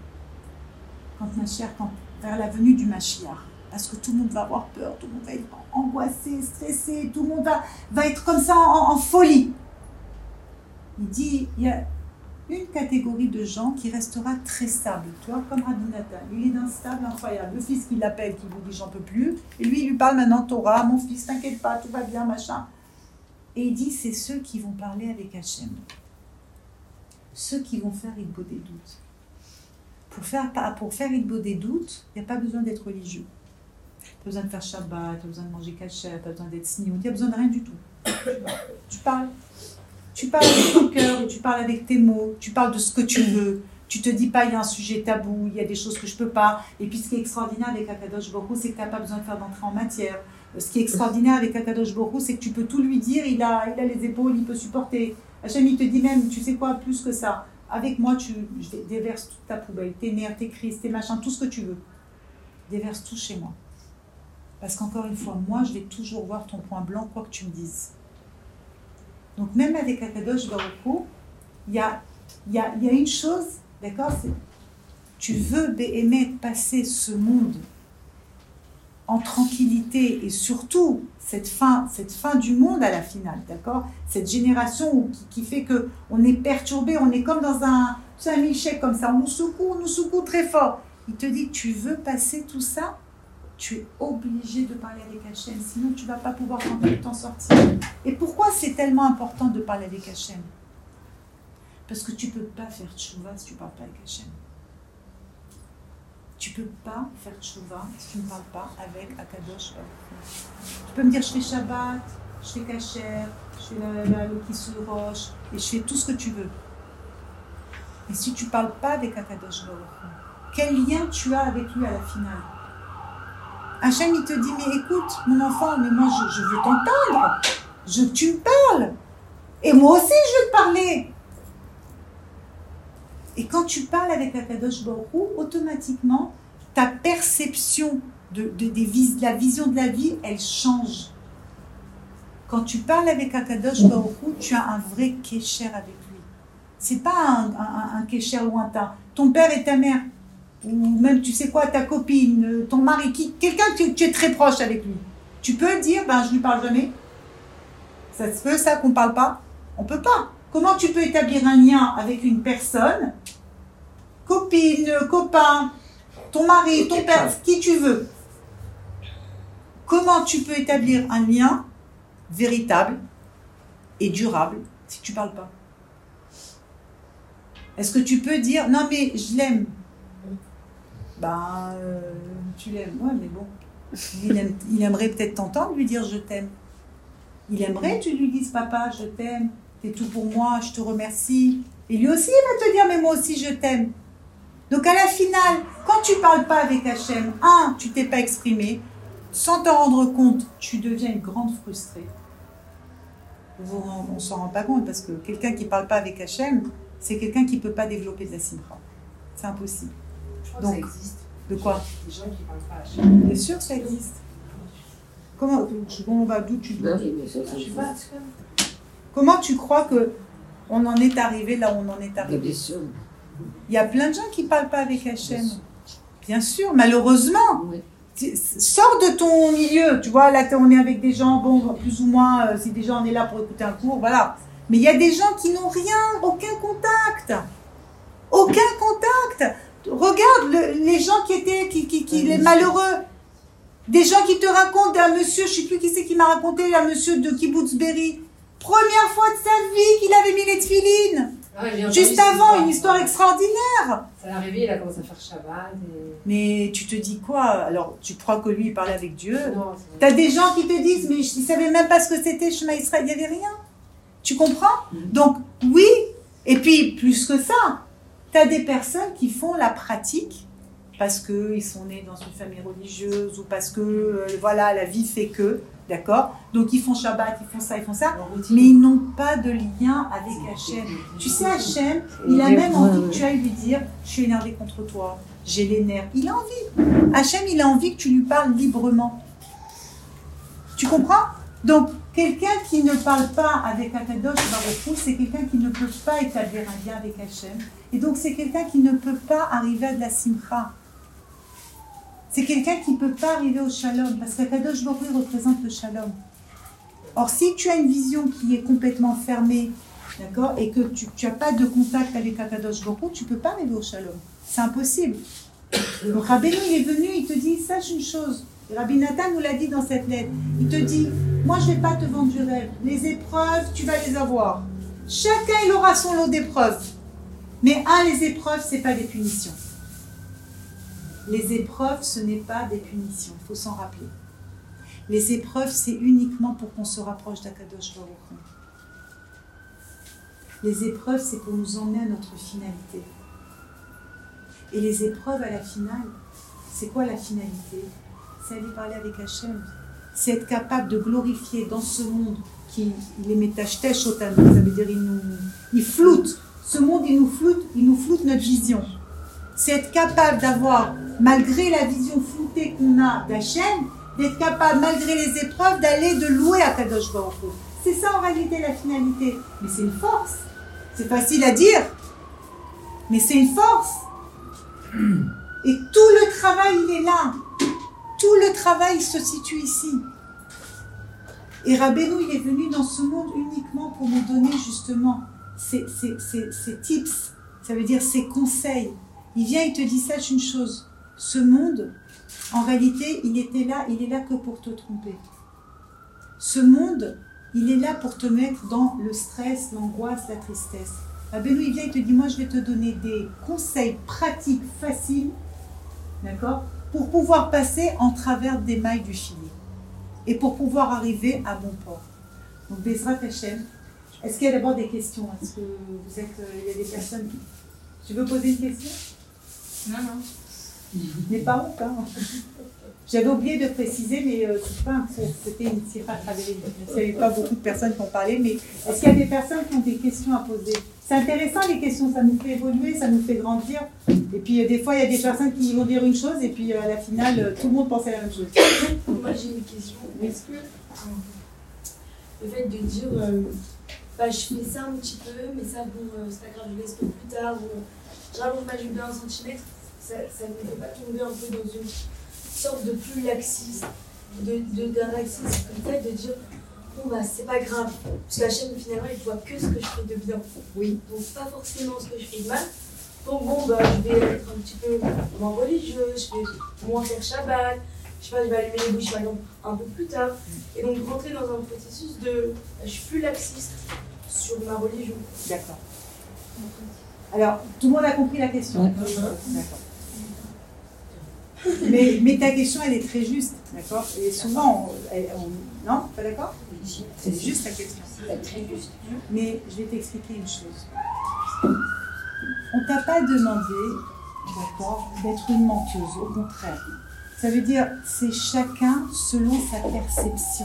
vers la venue du Mashiach. Parce que tout le monde va avoir peur, tout le monde va être angoissé, stressé, tout le monde va être comme ça en folie. Il dit, il y a une catégorie de gens qui restera très stable, tu vois, comme Rabbi Nathan. Il est d'un stable incroyable. Le fils qui l'appelle, qui vous dit j'en peux plus, et lui, il lui parle maintenant Torah, mon fils, t'inquiète pas, tout va bien, machin. Et il dit, c'est ceux qui vont parler avec Hachem. Ceux qui vont faire Idbo des doutes. Pour faire Idbo des doutes, il n'y a pas besoin d'être religieux. Tu n'as pas besoin de faire Shabbat, tu n'as pas besoin de manger kasher, tu n'as pas besoin d'être sniout, tu n'as besoin de rien du tout. Tu parles. Tu parles avec ton cœur, tu parles avec tes mots, tu parles de ce que tu veux. Tu te dis pas, il y a un sujet tabou, il y a des choses que je peux pas. Et puis ce qui est extraordinaire avec Akadosh Baruch Hu, c'est que tu n'as pas besoin de faire d'entrée en matière. Ce qui est extraordinaire avec Akadosh Baruch Hu, c'est que tu peux tout lui dire, il a les épaules, il peut supporter. Hachem, il te dit même, tu sais quoi, plus que ça. Avec moi, je déverse toute ta poubelle, tes nerfs, tes crises, tes machins, tout ce que tu veux. Déverse tout chez moi. Parce qu'encore une fois, moi, je vais toujours voir ton point blanc, quoi que tu me dises. Donc même avec Akadosh Baruch Hu, il y a une chose, d'accord, c'est tu veux Béhémet passer ce monde en tranquillité et surtout cette fin du monde à la finale, d'accord, cette génération qui fait que on est perturbé, on est comme dans un milkshake comme ça, on nous secoue très fort. Il te dit, tu veux passer tout ça, tu es obligé de parler avec Hachem, sinon tu ne vas pas pouvoir t'en sortir. Et pourquoi c'est tellement important de parler avec Hachem? Parce que tu ne peux pas faire tchouva si tu ne parles pas avec Hachem. Tu ne peux pas faire tchouva si tu ne parles pas avec Akadosh Baruch Hu. Tu peux me dire, je fais Shabbat, je fais Kasher, je fais le Kissou Roche, et je fais tout ce que tu veux. Et si tu ne parles pas avec Akadosh Baruch Hu, quel lien tu as avec lui à la finale? Hachem, il te dit, mais écoute, mon enfant, mais moi, je veux t'entendre. Tu me parles. Et moi aussi, je veux te parler. Et quand tu parles avec Akadosh Baruch Hu, automatiquement, ta perception de la vision de la vie, elle change. Quand tu parles avec Akadosh Baruch Hu, tu as un vrai kécher avec lui. C'est pas un kécher lointain. Ton père et ta mère, ou même, tu sais quoi, ta copine, ton mari, quelqu'un que tu es très proche avec lui. Tu peux dire, je lui parle jamais. Ça se peut, ça, qu'on parle pas? On peut pas. Comment tu peux établir un lien avec une personne, copine, copain, ton mari, ton père, qui tu veux? Comment tu peux établir un lien véritable et durable si tu parles pas? Est-ce que tu peux dire, non mais je l'aime? Tu l'aimes, ouais, mais bon. Il aimerait peut-être t'entendre lui dire je t'aime. Il aimerait que tu lui dises papa, je t'aime, t'es tout pour moi, je te remercie. Et lui aussi, il va te dire mais moi aussi je t'aime. Donc à la finale, quand tu parles pas avec Hachem, tu t'es pas exprimé, sans t'en rendre compte, tu deviens une grande frustrée. On s'en rend pas compte parce que quelqu'un qui parle pas avec Hachem, c'est quelqu'un qui peut pas développer de la simcha. C'est impossible. Je crois Donc, que ça existe. De quoi? Des gens qui parlent pas à Hachem. Bien sûr, ça existe. Comment? Bon, d'où tu Je sais pas. Comment tu crois que on en est arrivé là où on en est arrivé? Bien sûr. Il y a plein de gens qui ne parlent pas avec Hachem. Bien sûr, malheureusement. Oui. Sors de ton milieu. Tu vois, là, on est avec des gens, bon, plus ou moins, si déjà on est là pour écouter un cours, voilà. Mais il y a des gens qui n'ont rien, aucun contact. Aucun contact. Regarde les gens les malheureux. Des gens qui te racontent d'un monsieur, je ne sais plus qui c'est qui m'a raconté, un monsieur de Kibbutz Berry. Première fois de sa vie qu'il avait mis les tefilines. Juste avant, une histoire extraordinaire. Ça l'est arrivé, il a commencé à faire Shabbat. Mais tu te dis quoi? Alors, tu crois que lui, il parlait avec Dieu? Non. T'as des gens qui te disent, mais ils ne savaient même pas ce que c'était Shema Israël, il n'y avait rien. Tu comprends? Donc, oui, et puis, plus que ça, t'as des personnes qui font la pratique parce qu'ils sont nés dans une famille religieuse ou parce que, voilà, la vie fait que, d'accord? Donc, ils font Shabbat, ils font ça, mais ils n'ont pas de lien avec Hachem. Tu sais, Hachem, il a même envie que tu ailles lui dire, je suis énervé contre toi, j'ai les nerfs. Il a envie. Hachem, il a envie que tu lui parles librement. Tu comprends? Donc, quelqu'un qui ne parle pas avec Akadosh Baruch Hu, c'est quelqu'un qui ne peut pas établir un lien avec Hachem. Et donc, c'est quelqu'un qui ne peut pas arriver à de la simcha. C'est quelqu'un qui ne peut pas arriver au shalom, parce qu'Akadosh Baruch Hu représente le shalom. Or, si tu as une vision qui est complètement fermée, d'accord, et que tu n'as pas de contact avec Akadosh Baruch Hu, tu ne peux pas arriver au shalom. C'est impossible. Donc, Rabbeinu, il est venu, il te dit, sache une chose. Rabbi Nathan nous l'a dit dans cette lettre. Il te dit, moi je ne vais pas te vendre du rêve. Les épreuves, tu vas les avoir. Chacun, il aura son lot d'épreuves. Mais les épreuves, ce n'est pas des punitions. Les épreuves, ce n'est pas des punitions. Il faut s'en rappeler. Les épreuves, c'est uniquement pour qu'on se rapproche d'Akadosh Baruch Hu. Les épreuves, c'est pour nous emmener à notre finalité. Et les épreuves à la finale, c'est quoi la finalité? C'est aller parler avec Hachem. C'est être capable de glorifier dans ce monde qui les met tâche au ça veut dire il floute. Ce monde, il nous floute notre vision. C'est être capable d'avoir, malgré la vision floutée qu'on a d'Hachem, d'être capable, malgré les épreuves, d'aller de louer à Kadosh Baruch Hu. C'est ça en réalité la finalité. Mais c'est une force. C'est facile à dire, mais c'est une force. Et tout le travail, il est là. Tout le travail se situe ici. Et Rabbeinu, il est venu dans ce monde uniquement pour nous donner justement ces tips, ça veut dire ces conseils. Il vient, il te dit, sache une chose, ce monde, en réalité, il est là que pour te tromper. Ce monde, il est là pour te mettre dans le stress, l'angoisse, la tristesse. Rabbeinu, il vient, il te dit, moi je vais te donner des conseils pratiques, faciles, d'accord, pour pouvoir passer en travers des mailles du filet. Et pour pouvoir arriver à bon port. Donc, Bezrat Hashem, est-ce qu'il y a d'abord des questions? Est-ce que vous êtes... il y a des personnes qui... Tu veux poser une question? Non. N'est pas honte, hein. J'avais oublié de préciser, mais c'est pas un cours, c'était une sirah travérée. Il n'y avait pas beaucoup de personnes qui ont parlé, mais est-ce qu'il y a des personnes qui ont des questions à poser? C'est intéressant les questions, ça nous fait évoluer, ça nous fait grandir. Et puis des fois, il y a des personnes qui vont dire une chose, et puis à la finale, tout le monde pensait la même chose. Moi j'ai une question. Est-ce que le fait de dire bah, je fais ça un petit peu, mais ça bon, c'est pas grave, je laisse pour plus tard, je rallonge ma jupe de 1 cm, ça ne me fait pas tomber un peu dans une sorte de plus laxisme, d'un laxisme, le fait de dire bon bah c'est pas grave, parce que la chaîne finalement il voit que ce que je fais de bien. Oui. Donc pas forcément ce que je fais de mal. Donc bon bah je vais être un petit peu moins religieuse, je vais moins faire Shabbat, je sais pas, je vais allumer les bougies par exemple un peu plus tard. Et donc rentrer dans un processus de je suis plus laxiste sur ma religion. D'accord. Alors, tout le monde a compris la question. D'accord. Mais ta question, elle est très juste, d'accord? Et souvent, non, pas d'accord? C'est juste ta question. C'est très juste. Mais je vais t'expliquer une chose. On t'a pas demandé, d'accord, d'être une menteuse, au contraire. Ça veut dire, c'est chacun selon sa perception.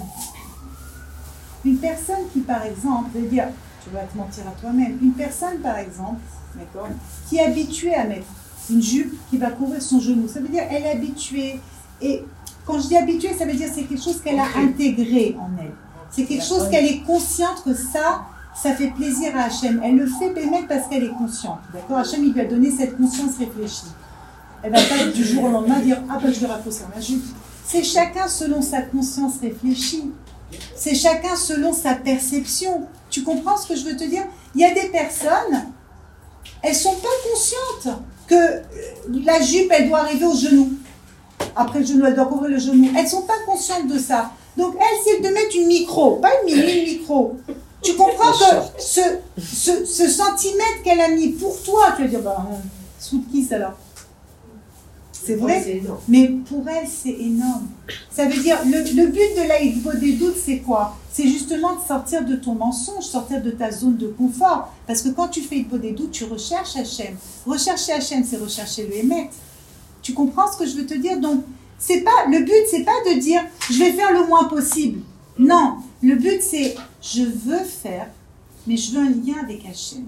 Une personne qui, par exemple, veut dire, tu vas te mentir à toi-même, une personne, par exemple, d'accord, qui est habituée à mettre une jupe qui va couvrir son genou, ça veut dire elle est habituée. Et quand je dis habituée, ça veut dire c'est quelque chose qu'elle a intégré en elle. C'est quelque chose qu'elle est consciente que ça fait plaisir à Hachem. Elle le fait bémettre parce qu'elle est consciente. D'accord? Hachem, il lui a donné cette conscience réfléchie. Elle ne va pas du jour au lendemain dire « Ah ben je vais raccourcir ma jupe ». C'est chacun selon sa conscience réfléchie. C'est chacun selon sa perception. Tu comprends ce que je veux te dire? Il y a des personnes, elles ne sont pas conscientes que la jupe, elle doit arriver au genou. Après le genou, elle doit couvrir le genou. Elles ne sont pas conscientes de ça. Donc, elles, c'est de mettre une micro, pas une mini, une micro. Tu comprends que ce centimètre qu'elle a mis pour toi, tu vas dire, bah, sous qui ça là? C'est vrai, mais pour elle, c'est énorme. Ça veut dire, le but de la Hitbod des doutes, c'est quoi? C'est justement de sortir de ton mensonge, sortir de ta zone de confort. Parce que quand tu fais Hitbod des doutes, tu recherches Hachem. Rechercher Hachem, c'est rechercher le Hémet. Tu comprends ce que je veux te dire? Donc, le but, c'est pas de dire, je vais faire le moins possible. Non, le but, c'est, je veux faire, mais je veux un lien avec Hachem.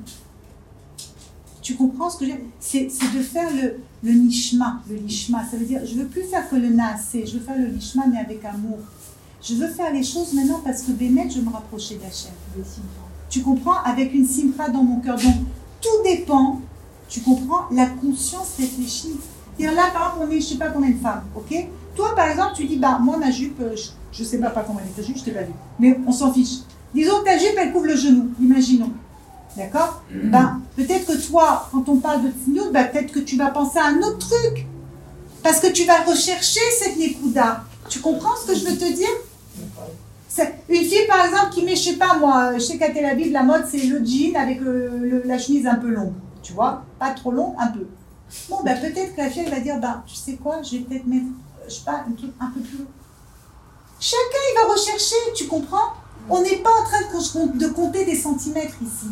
Tu comprends ce que je veux dire? C'est de faire le nishma, ça veut dire, je ne veux plus faire que le naasé, je veux faire le nishma, mais avec amour. Je veux faire les choses maintenant parce que Bémet, je me rapprochais d'Hachem. Tu comprends? Avec une simcha dans mon cœur. Donc, tout dépend, tu comprends, la conscience réfléchie. C'est-à-dire là, par exemple, on est, je ne sais pas combien de femmes, ok? Toi, par exemple, tu dis, bah, moi, ma jupe, je ne sais pas comment elle est ta jupe, je ne t'ai pas vu. Mais on s'en fiche. Disons que ta jupe, elle couvre le genou, imaginons. D'accord? Ben, peut-être que toi, quand on parle de tsniout, ben, peut-être que tu vas penser à un autre truc. Parce que tu vas rechercher cette nekuda. Tu comprends ce que je veux te dire? Une fille, par exemple, qui met, je sais pas moi, je sais qu'à Tel Aviv, la mode, c'est le jean avec la chemise un peu longue. Tu vois? Pas trop long, un peu. Bon, ben, peut-être que la fille, elle va dire, ben, tu sais quoi, je vais peut-être mettre, je sais pas, un truc un peu plus long. Chacun, il va rechercher, tu comprends? On n'est pas en train de compter des centimètres ici.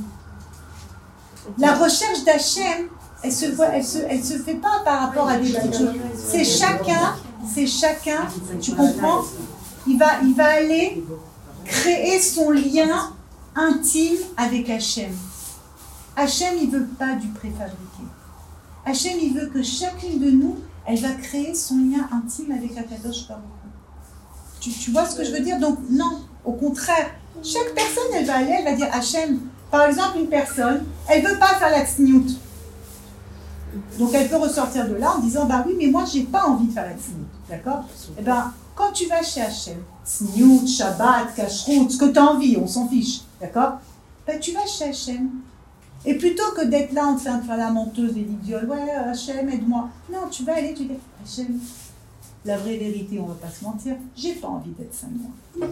La recherche d'Hachem, elle se fait pas par rapport à des petites choses. C'est chacun, tu comprends? Il va aller créer son lien intime avec Hachem. Hachem, il veut pas du préfabriqué. Hachem, il veut que chacune de nous, elle va créer son lien intime avec Akadosh Baruch Hu. Tu vois ce que je veux dire? Donc, non, au contraire, Chaque personne, elle va aller, elle va dire Hachem. Par exemple, une personne, elle ne veut pas faire la tsniout. Donc elle peut ressortir de là en disant bah oui, mais moi j'ai pas envie de faire la tsniout. D'accord? Eh bien, quand tu vas chez Hachem, tsniout, Shabbat, kashrut, ce que tu as envie, on s'en fiche. D'accord? Ben, tu vas chez Hachem. Et plutôt que d'être là en train de faire la menteuse et l'idiole, ouais, Hachem, aide-moi. Non, tu vas aller, tu dis Hachem. La vraie vérité, on ne va pas se mentir, j'ai pas envie d'être saint moi.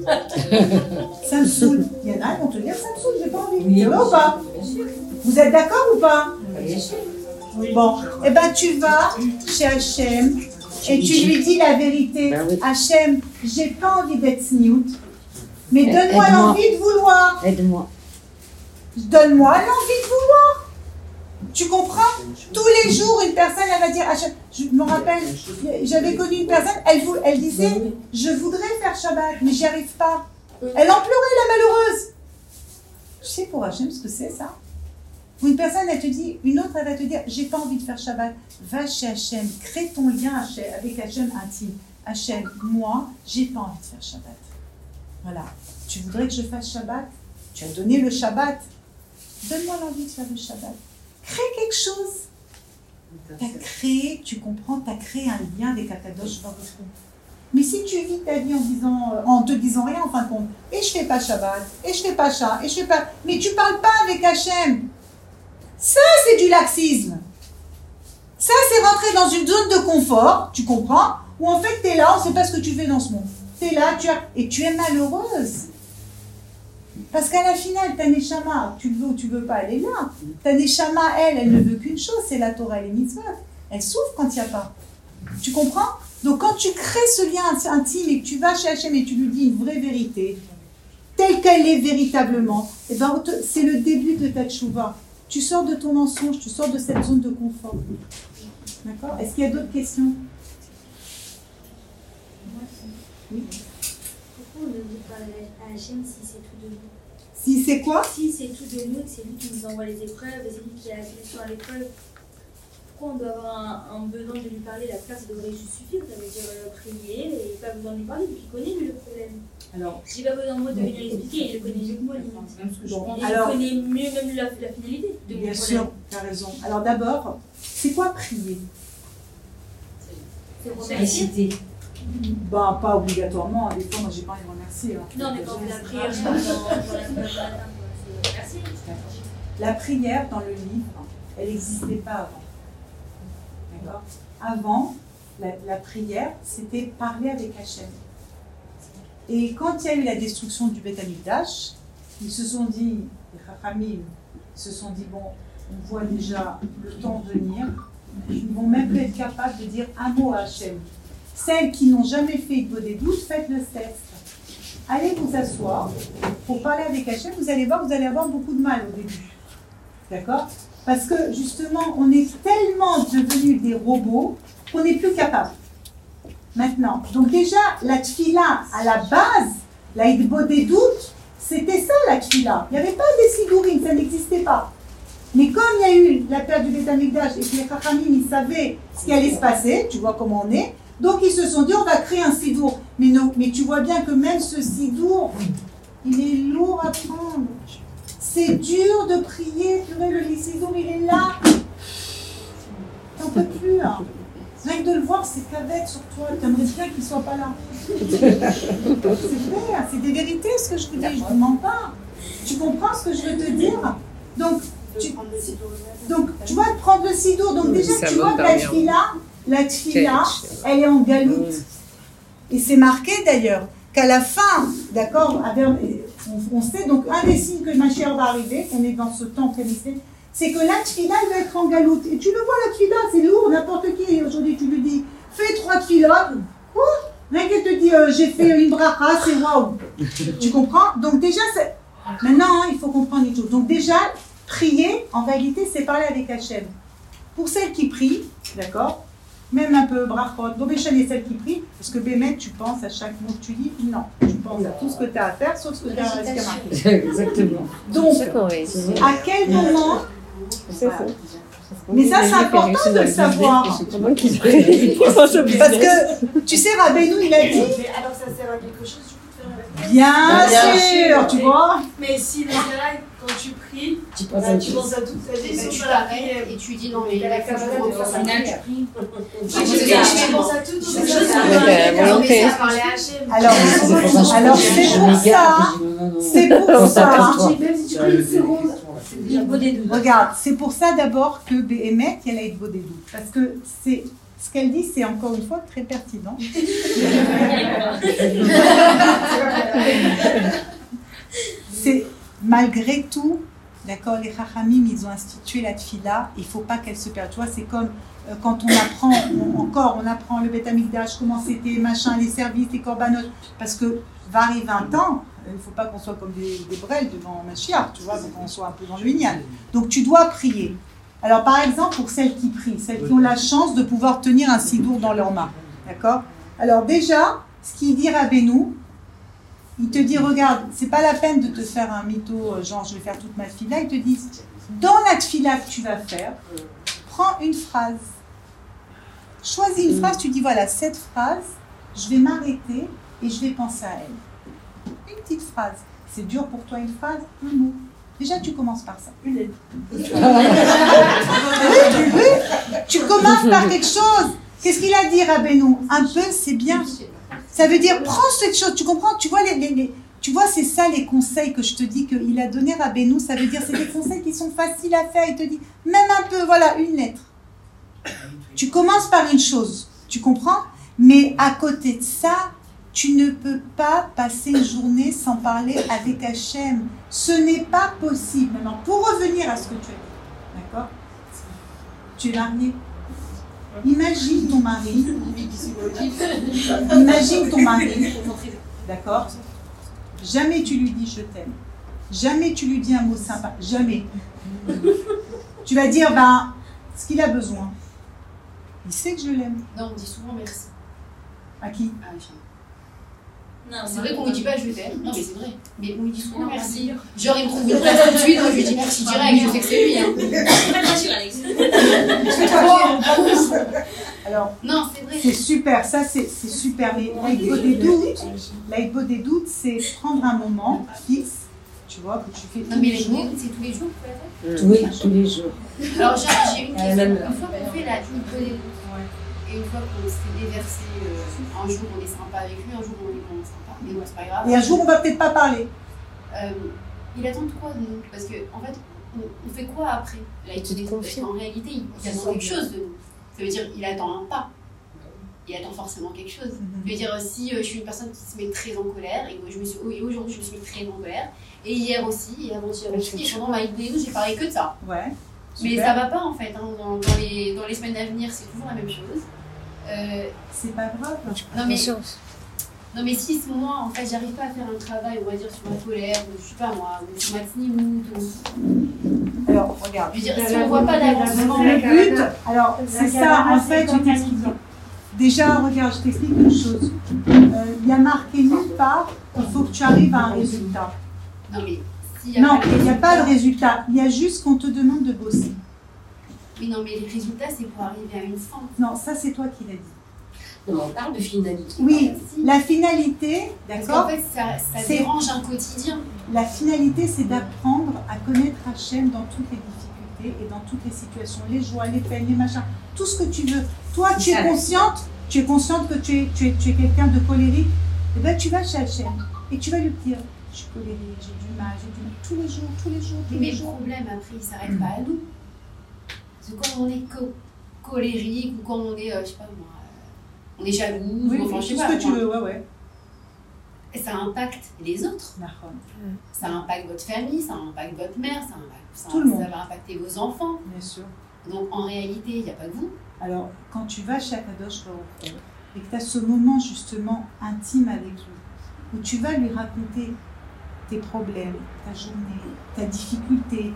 Ça me saoule. Il y en a qui vont te dire ça me saoule, j'ai pas envie. Oui, ou pas? Vous êtes d'accord ou pas? Oui. Bon, eh ben tu vas chez Hachem et tu lui dis la vérité. Hachem, j'ai pas envie d'être sniout, mais donne-moi l'envie de vouloir. Aide-moi. Donne-moi l'envie de vouloir. Tu comprends? Tous les jours, une personne, elle va dire, je me rappelle, j'avais connu une personne, elle disait, je voudrais faire Shabbat, mais j'y arrive pas. Elle en pleurait, la malheureuse. Je sais pour Hachem ce que c'est, ça. Ou une personne, elle te dit, une autre, elle va te dire, j'ai pas envie de faire Shabbat. Va chez Hachem, crée ton lien avec Hachem intime. Hachem, moi, j'ai pas envie de faire Shabbat. Voilà. Tu voudrais que je fasse Shabbat? Tu as donné le Shabbat. Donne-moi l'envie de faire le Shabbat. Crée quelque chose. Tu as créé, tu comprends, tu as créé un lien avec Akadosh Baruch Hu. Mais si tu vis ta vie en te disant rien en fin de compte, et je fais pas Shabbat, et je fais pas ça, et je fais pas. Mais tu parles pas avec Hachem. Ça, c'est du laxisme. Ça, c'est rentrer dans une zone de confort, tu comprends, où en fait, tu es là, on ne sait pas ce que tu fais dans ce monde. Tu es là, et tu es malheureuse. Parce qu'à la finale, ta neshama, tu le veux ou tu ne veux pas, elle est là. Ta neshama, elle ne veut qu'une chose, c'est la Torah et les mitzvot. Elle souffre quand il n'y a pas. Tu comprends? Donc quand tu crées ce lien intime et que tu vas chez Hachem et tu lui dis une vraie vérité, telle qu'elle est véritablement, eh ben, c'est le début de ta tchouva. Tu sors de ton mensonge, tu sors de cette zone de confort. D'accord? Est-ce qu'il y a d'autres questions? Oui. Pourquoi on ne dit pas à Hachem si c'est tout de nous? Si c'est quoi? Si c'est tout de nous, c'est lui qui nous envoie les épreuves, c'est lui qui a la solution à l'épreuve. Pourquoi on doit avoir un besoin de lui parler? La prière, ça devrait juste suffire, ça veut dire prier et pas besoin de lui parler, puis il connaît lui le problème. Alors, j'ai pas besoin de moi de venir l'expliquer, il le connaît mieux que moi. Il connaît mieux même la finalité. Bien sûr, tu as raison. Alors d'abord, c'est quoi prier? C'est réciter. Bah, pas obligatoirement, des fois, moi j'ai pas envie de remercier. Hein. Non, mais quand la prière, dans la merci. La prière dans le livre, elle n'existait pas avant. D'accord? Avant, la prière, c'était parler avec Hachem. Et quand il y a eu la destruction du Beth Amikdash, ils se sont dit, les Chachamim, se sont dit, bon, on voit déjà le temps venir, ils ne vont même plus être capables de dire un mot à Hachem. Celles qui n'ont jamais fait Igbo des doutes, faites le test. Allez vous asseoir pour parler avec Hachem, vous allez voir, vous allez avoir beaucoup de mal au début. D'accord? Parce que justement, on est tellement devenus des robots qu'on n'est plus capable. Maintenant, donc déjà, la tfila, à la base, la Igbo des doutes, c'était ça la tfila. Il n'y avait pas des sidourim, ça n'existait pas. Mais comme il y a eu la perte du Beth Amikdash et que les Chachamim, ils savaient ce qui allait se passer, tu vois comment on est, donc ils se sont dit, on va créer un sidour. Mais, non, mais tu vois bien que même ce sidour, il est lourd à prendre. C'est dur de prier, le sidour, il est là. T'en peux plus, hein. Rien que de le voir, c'est qu'avec sur toi. T'aimerais bien qu'il ne soit pas là. C'est vrai, c'est des vérités ce que je vous dis, je ne vous mens pas. Tu comprends ce que je veux te dire? Donc, tu vas te prendre le sidour. Donc déjà, tu vois que la tfila, elle est en galoute. Et c'est marqué d'ailleurs qu'à la fin, d'accord, on sait, donc un des signes que Mashiach va arriver, qu'on est dans ce temps prédestiné, c'est que la tfila, elle va être en galoute. Et tu le vois, la tfila, c'est lourd, n'importe qui, aujourd'hui tu lui dis, fais 3 tfilas, quoi? Rien qu'elle te dit, j'ai fait une bracha, c'est waouh. Tu comprends? Donc déjà, maintenant, il faut comprendre une chose. Donc déjà, prier, en réalité, c'est parler avec Hachem. Pour celles qui prient, d'accord, même un peu brachot, Bobéchan et celles qui prient, parce que Bémet, tu penses à chaque mot que tu dis, non, tu penses à tout ce que tu as à faire, sauf ce que tu as à marquer. Exactement. Donc, à quel moment... Mais ça, c'est important de le savoir. Parce que, tu sais, Rabbeinu, il a dit... Alors, ça sert à quelque chose, du coup, de faire Bien sûr, tu vois. Mais si dans ce cas-là, quand tu pries, Tu bah, tu penses à toute ta vie, Bah, sauf tu à la t'arrêtes prière. et tu dis non mais T'as la il faut que je camarade de reprenne. faire Au final, ça. tu pries. Je pense à toutes ces choses. volonté. Alors c'est pour ça, Même si tu pries une seconde, c'est déjà beau des doutes. regarde, c'est pour ça d'abord que Béhémet, elle a été beau des doutes. Parce que c'est ce qu'elle dit, c'est encore une fois très pertinent. C'est malgré tout, d'accord, les Chachamim, ils ont institué la tfila, il ne faut pas qu'elle se perde. Tu vois, c'est comme quand on apprend, on apprend le Beth Amikdash, comment c'était, machin, les services, les korbanot, parce que va arriver un temps, il ne faut pas qu'on soit comme des brels devant Mashiach, tu vois, donc on soit un peu dans le minyan. Donc tu dois prier. Alors par exemple, pour celles qui prient, celles qui ont la chance de pouvoir tenir un sidour dans leurs mains, d'accord. Alors déjà, ce qu'il dit Rabbeinu, il te dit, regarde, c'est pas la peine de te faire un mytho, genre je vais faire toute ma tfila, il te dit, dans la tfila que tu vas faire, prends une phrase. Choisis une phrase, tu dis, voilà, cette phrase, je vais m'arrêter et je vais penser à elle. Une petite phrase. C'est dur pour toi une phrase? Un mot. Déjà, tu commences par ça. Une lettre. Oui, tu commences par quelque chose. Qu'est-ce qu'il a dit, Rabbeinu? Un peu, c'est bien. Ça veut dire, prends cette chose, tu comprends? Tu vois, tu vois, c'est ça les conseils que je te dis qu'il a donné Rabbeinu. Ça veut dire, c'est des conseils qui sont faciles à faire. Il te dit, même un peu, voilà, une lettre. Tu commences par une chose, tu comprends? Mais à côté de ça, tu ne peux pas passer une journée sans parler avec Hachem. Ce n'est pas possible. Maintenant, pour revenir à ce que tu as dit, d'accord? Tu es marié. Imagine ton mari, d'accord? Jamais tu lui dis je t'aime, jamais tu lui dis un mot sympa, jamais. Tu vas dire, ben, ce qu'il a besoin. Il sait que je l'aime. Non, on dit souvent merci. À qui? Ah, c'est vrai qu'on ne dit pas je t'aime. Non, mais c'est vrai. Mais on lui dit souvent merci. Genre, il me trouve une place tout de suite, donc je lui dis merci direct, je sais que c'est lui. Alors, non, c'est vrai. C'est super, ça c'est super. Mais l'aïdbo des doutes, c'est prendre un moment fixe, tu vois, que tu fais tous Non, mais les les jours. doutes, c'est tous les jours que tu fais. Oui, tous les jours. Alors, j'ai une question. Une fois qu'on fait la hypo des doutes, et une fois qu'on s'est déversé, un jour on est sympa avec lui, un jour on est moins sympa, mais bon, c'est pas grave. Et un jour, on va peut-être pas parler. Il attend quoi de nous? Parce qu'en fait, on fait quoi après? Là, en réalité, il attend quelque chose de nous. Ça veut dire qu'il attend un pas. Il attend forcément quelque chose. Ça veut dire, si je suis une personne qui se met très en colère, et aujourd'hui je me suis mis très en colère, et hier aussi, et avant-hier aussi, et pendant ma vidéo, j'ai parlé que de ça. Ouais. Mais ça va pas en fait. Hein. Dans les semaines à venir, c'est toujours la même chose. C'est pas grave. Non mais si moi en fait j'arrive pas à faire un travail on va dire sur ma colère ou je sais pas moi ou sur ma tsniout ou... Alors regarde, je veux dire si on voit pas d'avancement le but, alors c'est ça en fait, je t'explique. Déjà regarde, je t'explique une chose. Il y a marqué nulle part qu'il faut que tu arrives à un résultat. Non mais non, il n'y a pas de résultat, il y a juste qu'on te demande de bosser. Oui non mais les résultats c'est pour arriver à une fin. Non, ça c'est toi qui l'as dit. Non, on parle de finalité. Oui, la finalité, d'accord. Parce qu'en fait, ça dérange un quotidien. La finalité, c'est d'apprendre à connaître Hachem dans toutes les difficultés et dans toutes les situations, les joies, les peines, les machins, tout ce que tu veux. Toi, tu es consciente que tu es quelqu'un de colérique. Eh bien, tu vas chez Hachem et tu vas lui dire, je suis colérique, j'ai du mal, tous les jours. Mais le problème, après, il ne s'arrête pas à nous. Parce que quand on est colérique ou quand on est, je sais pas moi, on est jaloux, oui, enfin, je sais tout pas. Ce que tu veux, ouais. Et ça impacte les autres. Ça impacte votre famille, ça impacte votre mère, tout le monde. Ça va impacter vos enfants. Bien sûr. Donc en réalité, il n'y a pas que vous. Alors, quand tu vas chez Akadosh Baruch et que tu as ce moment justement intime avec lui, où tu vas lui raconter tes problèmes, ta journée, ta difficulté,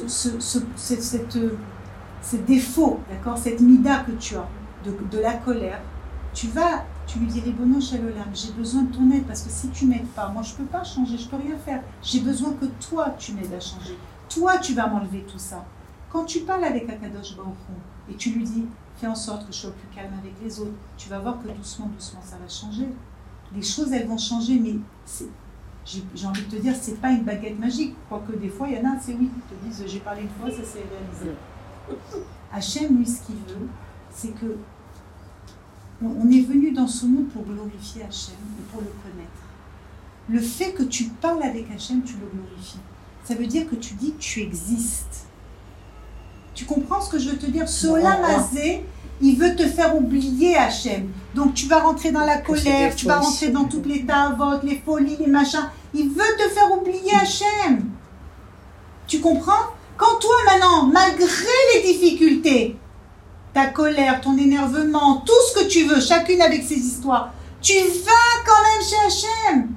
ces défauts, d'accord, cette mida que tu as, de la colère, tu lui dis, Ribono Shalom, j'ai besoin de ton aide parce que si tu m'aides pas, moi je peux pas changer, je peux rien faire. J'ai besoin que toi tu m'aides à changer. Toi tu vas m'enlever tout ça. Quand tu parles avec Akadosh Baruch Hu et tu lui dis, fais en sorte que je sois plus calme avec les autres, tu vas voir que doucement ça va changer. Les choses elles vont changer, mais j'ai envie de te dire, c'est pas une baguette magique. Quoique des fois, il y en a, c'est oui. Ils te disent, j'ai parlé une fois, ça s'est réalisé. Hachem, lui, ce qu'il veut, c'est que on est venu dans ce monde pour glorifier Hachem et pour le connaître. Le fait que tu parles avec Hachem, tu le glorifies. Ça veut dire que tu dis que tu existes. Tu comprends ce que je veux te dire? Ce Olam Hazé, il veut te faire oublier Hachem. Donc tu vas rentrer dans la colère, tu vas rentrer dans toutes les tavotes, les folies, les machins. Il veut te faire oublier Hachem. Tu comprends? Quand toi maintenant, malgré les difficultés, ta colère, ton énervement, tout ce que tu veux, chacune avec ses histoires, tu vas quand même chez Hachem.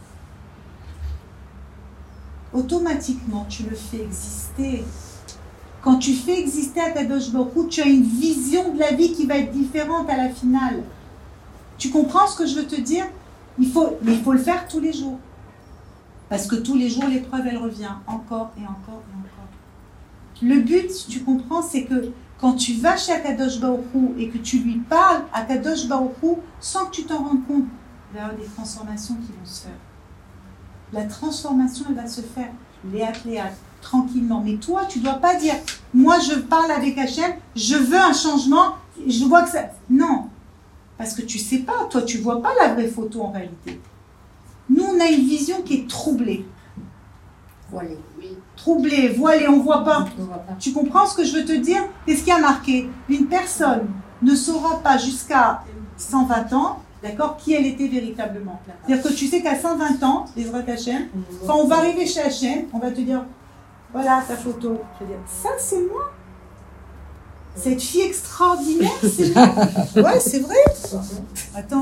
Automatiquement, tu le fais exister. Quand tu fais exister Akadosh Baruch Hu, tu as une vision de la vie qui va être différente à la finale. Tu comprends ce que je veux te dire? Mais il faut le faire tous les jours. Parce que tous les jours, l'épreuve, elle revient encore et encore et encore. Le but, tu comprends, c'est que quand tu vas chez Akadosh Baruch Hu et que tu lui parles, Akadosh Baruch Hu, sans que tu t'en rendes compte, il va y avoir des transformations qui vont se faire. La transformation, elle va se faire léat, tranquillement. Mais toi, tu ne dois pas dire, moi je parle avec Hachem, je veux un changement, je vois que ça... Non, parce que tu ne sais pas, toi tu ne vois pas la vraie photo en réalité. Nous, on a une vision qui est troublée. Voilée, oui. Troublée, voilée, on ne voit pas. On voit pas. Tu comprends ce que je veux te dire? Qu'est-ce qui a marqué? Une personne ne saura pas jusqu'à 120 ans, d'accord, qui elle était véritablement. C'est-à-dire que tu sais qu'à 120 ans, les Ezrat Hachem, quand on va arriver chez Hachem, on va te dire, voilà ta photo. Je vais dire, ça c'est moi. Cette fille extraordinaire, c'est moi. Ouais, c'est vrai. Attends.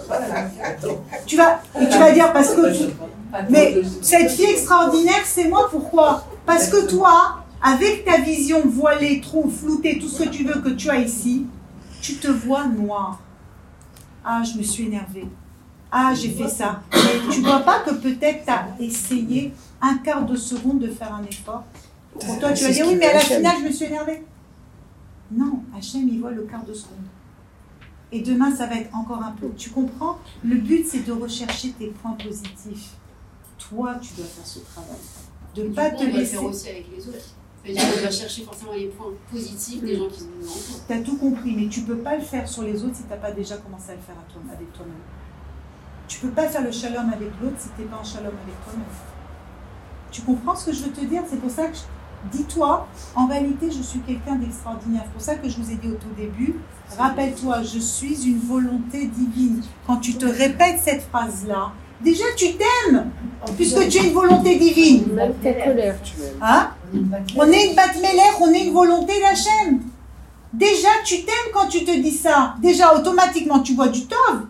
Tu vas dire parce que mais cette fille extraordinaire, c'est moi. Pourquoi? Parce que toi, avec ta vision voilée, trop floutée, tout ce que tu veux que tu as ici, tu te vois noir. Ah, je me suis énervée. Ah, j'ai fait ça. Mais tu ne vois pas que peut-être tu as essayé un quart de seconde de faire un effort. Pour toi, tu vas dire, oui, mais à la finale, je me suis énervée. Non, Hachem, il voit le quart de seconde. Et demain, ça va être encore un peu. Tu comprends? Le but, c'est de rechercher tes points positifs. Toi, tu dois faire ce travail. De ne pas te laisser... On va le faire aussi avec les autres. C'est-à-dire qu'on doit chercher forcément les points positifs des gens qui nous entourent. Tu as tout compris, mais tu ne peux pas le faire sur les autres si tu n'as pas déjà commencé à le faire avec toi-même. Tu ne peux pas faire le shalom avec l'autre si tu n'es pas en shalom avec toi-même. Tu comprends ce que je veux te dire? C'est pour ça que dis-toi, en réalité, je suis quelqu'un d'extraordinaire. C'est pour ça que je vous ai dit au tout début, rappelle-toi, je suis une volonté divine. Quand tu te répètes cette phrase-là, déjà tu t'aimes, puisque tu es une volonté divine. Même ta colère, tu m'aimes. Hein? On est une Batmélère, on est une volonté d'Hachem. Déjà tu t'aimes quand tu te dis ça. Déjà automatiquement tu vois du tov.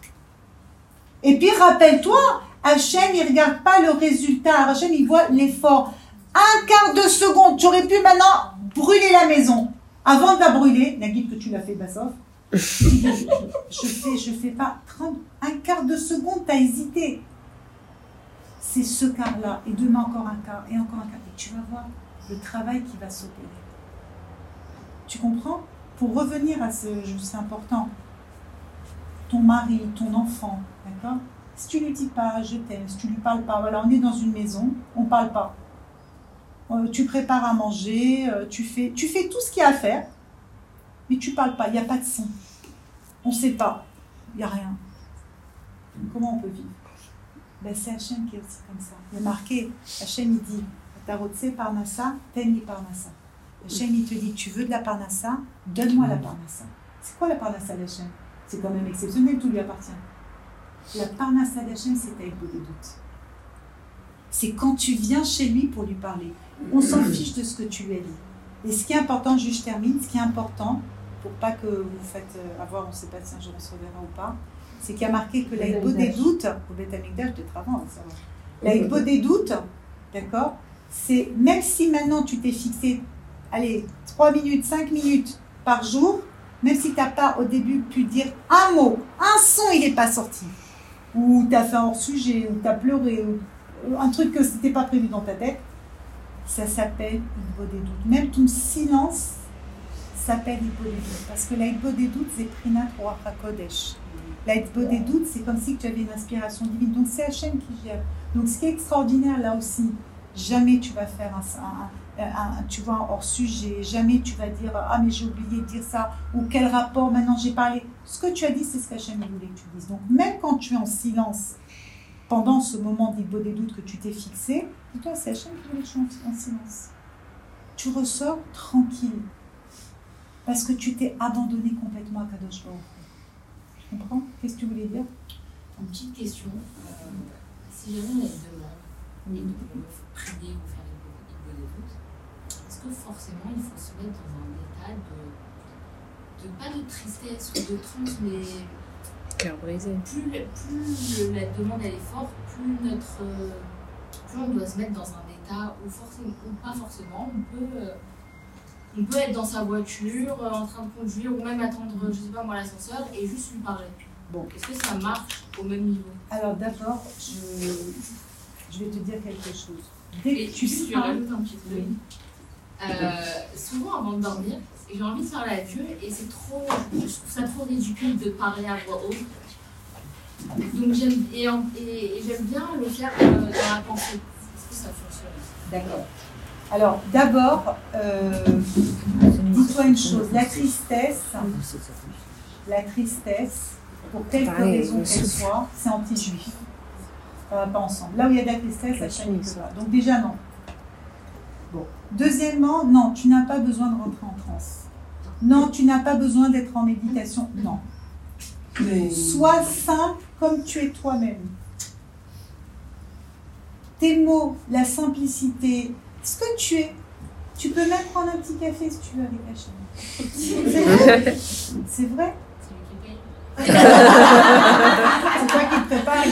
Et puis rappelle-toi, Hachem il ne regarde pas le résultat. Hachem il voit l'effort. Un quart de seconde, tu aurais pu maintenant brûler la maison. Avant de la brûler, Naguib que tu l'as fait, Bassof, je fais pas 30, un quart de seconde, tu as hésité. C'est ce quart-là, et demain encore un quart, et encore un quart. Et tu vas voir le travail qui va s'opérer. Tu comprends? Pour revenir à c'est important, ton mari, ton enfant, d'accord? Si tu lui dis pas, je t'aime, si tu lui parles pas, voilà, on est dans une maison, on parle pas. Tu prépares à manger, tu fais tout ce qu'il y a à faire, mais tu parles pas, il n'y a pas de son. On ne sait pas, il n'y a rien. Comment on peut vivre? Ben, c'est Hachem qui est aussi comme ça. Il y a marqué, Hachem il dit, Tarotse Parnassa, Teni Parnassa. Hachem il te dit, tu veux de la Parnassa, donne-moi la Parnassa. C'est quoi la Parnassa d'Hachem? C'est quand même exceptionnel, tout lui appartient. La Parnassa d'Hachem, c'est avec des doutes. C'est quand tu viens chez lui pour lui parler. On s'en fiche de ce que tu lui as dit. Et ce qui est important, juste je termine, ce qui est important, pour pas que vous faites avoir, on ne sait pas si un jour on se reverra ou pas, c'est qu'il y a marqué que l'Aïbo des doutes, au Beth Amikdash, peut-être avant, ça va. L'Aïbo des doutes, d'accord, c'est même si maintenant tu t'es fixé, allez, 3 minutes, 5 minutes par jour, même si tu n'as pas au début pu dire un mot, un son, il n'est pas sorti, ou tu as fait un hors-sujet, ou tu as pleuré, ou un truc que ce n'était pas prévu dans ta tête, ça s'appelle l'Aïbo des doutes. Même ton silence s'appelle l'Aïbo des doutes, parce que l'Aïbo des doutes, c'est Prinat Ruach HaKodesh. L'Aïbo des doutes, c'est comme si tu avais une inspiration divine. Donc c'est Hachem qui gère. Donc ce qui est extraordinaire là aussi, jamais tu vas faire tu vois, hors sujet, jamais tu vas dire ah mais j'ai oublié de dire ça, ou quel rapport maintenant j'ai parlé. Ce que tu as dit, c'est ce qu'Hachem voulait que tu dises. Donc même quand tu es en silence, pendant ce moment d'Igbo des doutes que tu t'es fixé, dis-toi, c'est Hachem qui voulait que tu sois en silence. Tu ressors tranquille, parce que tu t'es abandonné complètement à Kadosh Baruch Hu. Tu comprends? Qu'est-ce que tu voulais dire? Une petite question. Si jamais on a une demande et donc on veut prier ou faire Igbo des doutes, est-ce que forcément il faut se mettre dans un état de pas de tristesse ou de transe, mais Cœur brisé. plus la demande elle est forte, plus on doit se mettre dans un état où forcément ou pas forcément, on peut être dans sa voiture en train de conduire ou même attendre, je sais pas moi, l'ascenseur et juste lui parler. Bon. Est-ce que ça marche au même niveau? Alors d'abord, je vais te dire quelque chose. Dès Et que tu je seras... rajoute un petit truc. Souvent avant de dormir, j'ai envie de faire l'adieu et c'est trop, je trouve ça trop ridicule de parler à voix haute. Donc j'aime bien le faire dans la pensée. Est-ce que ça fonctionne? D'accord. Alors d'abord, dis-toi une chose, la tristesse, pour quelque raison qu'elle soit, c'est anti-juif. Ça ne va pas ensemble. Là où il y a de la tristesse, la chaîne ne peut pas. Donc déjà non. Bon. Deuxièmement, non, tu n'as pas besoin de rentrer en transe. Non, tu n'as pas besoin d'être en méditation. Non. Sois simple comme tu es toi-même. Tes mots, la simplicité, ce que tu es. Tu peux même prendre un petit café si tu veux avec Hachem. C'est vrai. C'est vrai. C'est toi qui te prépare.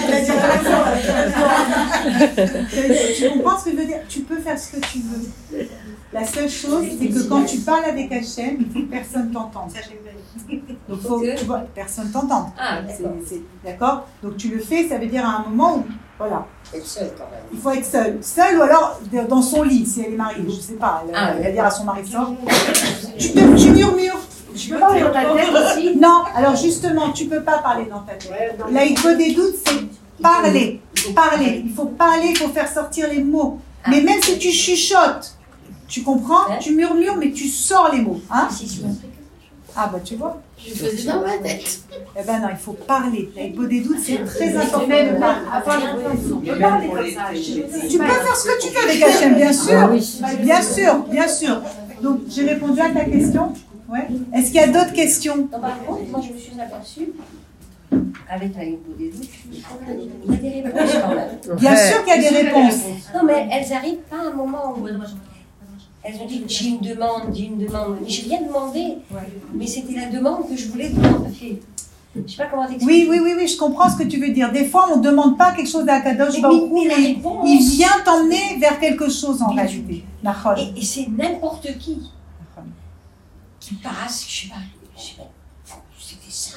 Tu comprends ce que je veux dire? Tu peux faire ce que tu veux. La seule chose, c'est que quand tu parles avec Hachem, il faut que personne t'entende. Donc, faut que personne t'entende. Ah, d'accord. D'accord? Donc, tu le fais, ça veut dire à un moment où, voilà. Être seul quand même. Il faut être seul. Seul ou alors dans son lit, si elle est mariée. Je ne sais pas. Elle va dire à son mari sort. Tu murmures. Je peux parler dans ta tête aussi? Non, alors justement, tu ne peux pas parler dans ta tête. Là, il faut des doutes, c'est parler. Parler. Il faut parler, il faut faire sortir les mots. Mais même si tu chuchotes, tu comprends? Tu murmures, mais tu sors les mots. Hein? Ah bah tu vois. Je faisais dans ma tête. Eh ben non, il faut parler. Avec des doutes, c'est très important de parler. Tu peux faire ce que tu veux avec Hachem, bien sûr. Bien sûr, bien sûr. Donc, j'ai répondu à ta question. Ouais. Est-ce qu'il y a d'autres questions? Non, par contre, moi je me suis aperçue, avec la Igbo des doutes, il y a des réponses quand même. Bien sûr qu'il y a des réponses. Non, mais elles n'arrivent pas à un moment où elles ont dit j'ai une demande. J'ai rien demandé, mais c'était la demande que je voulais demander. Je ne sais pas comment t'expliquer. Oui, je comprends ce que tu veux dire. Des fois, on ne demande pas quelque chose à Kadosh Baruch Hu, mais il vient t'emmener vers quelque chose en réalité. Et c'est n'importe qui passe, je sais pas, c'était ça.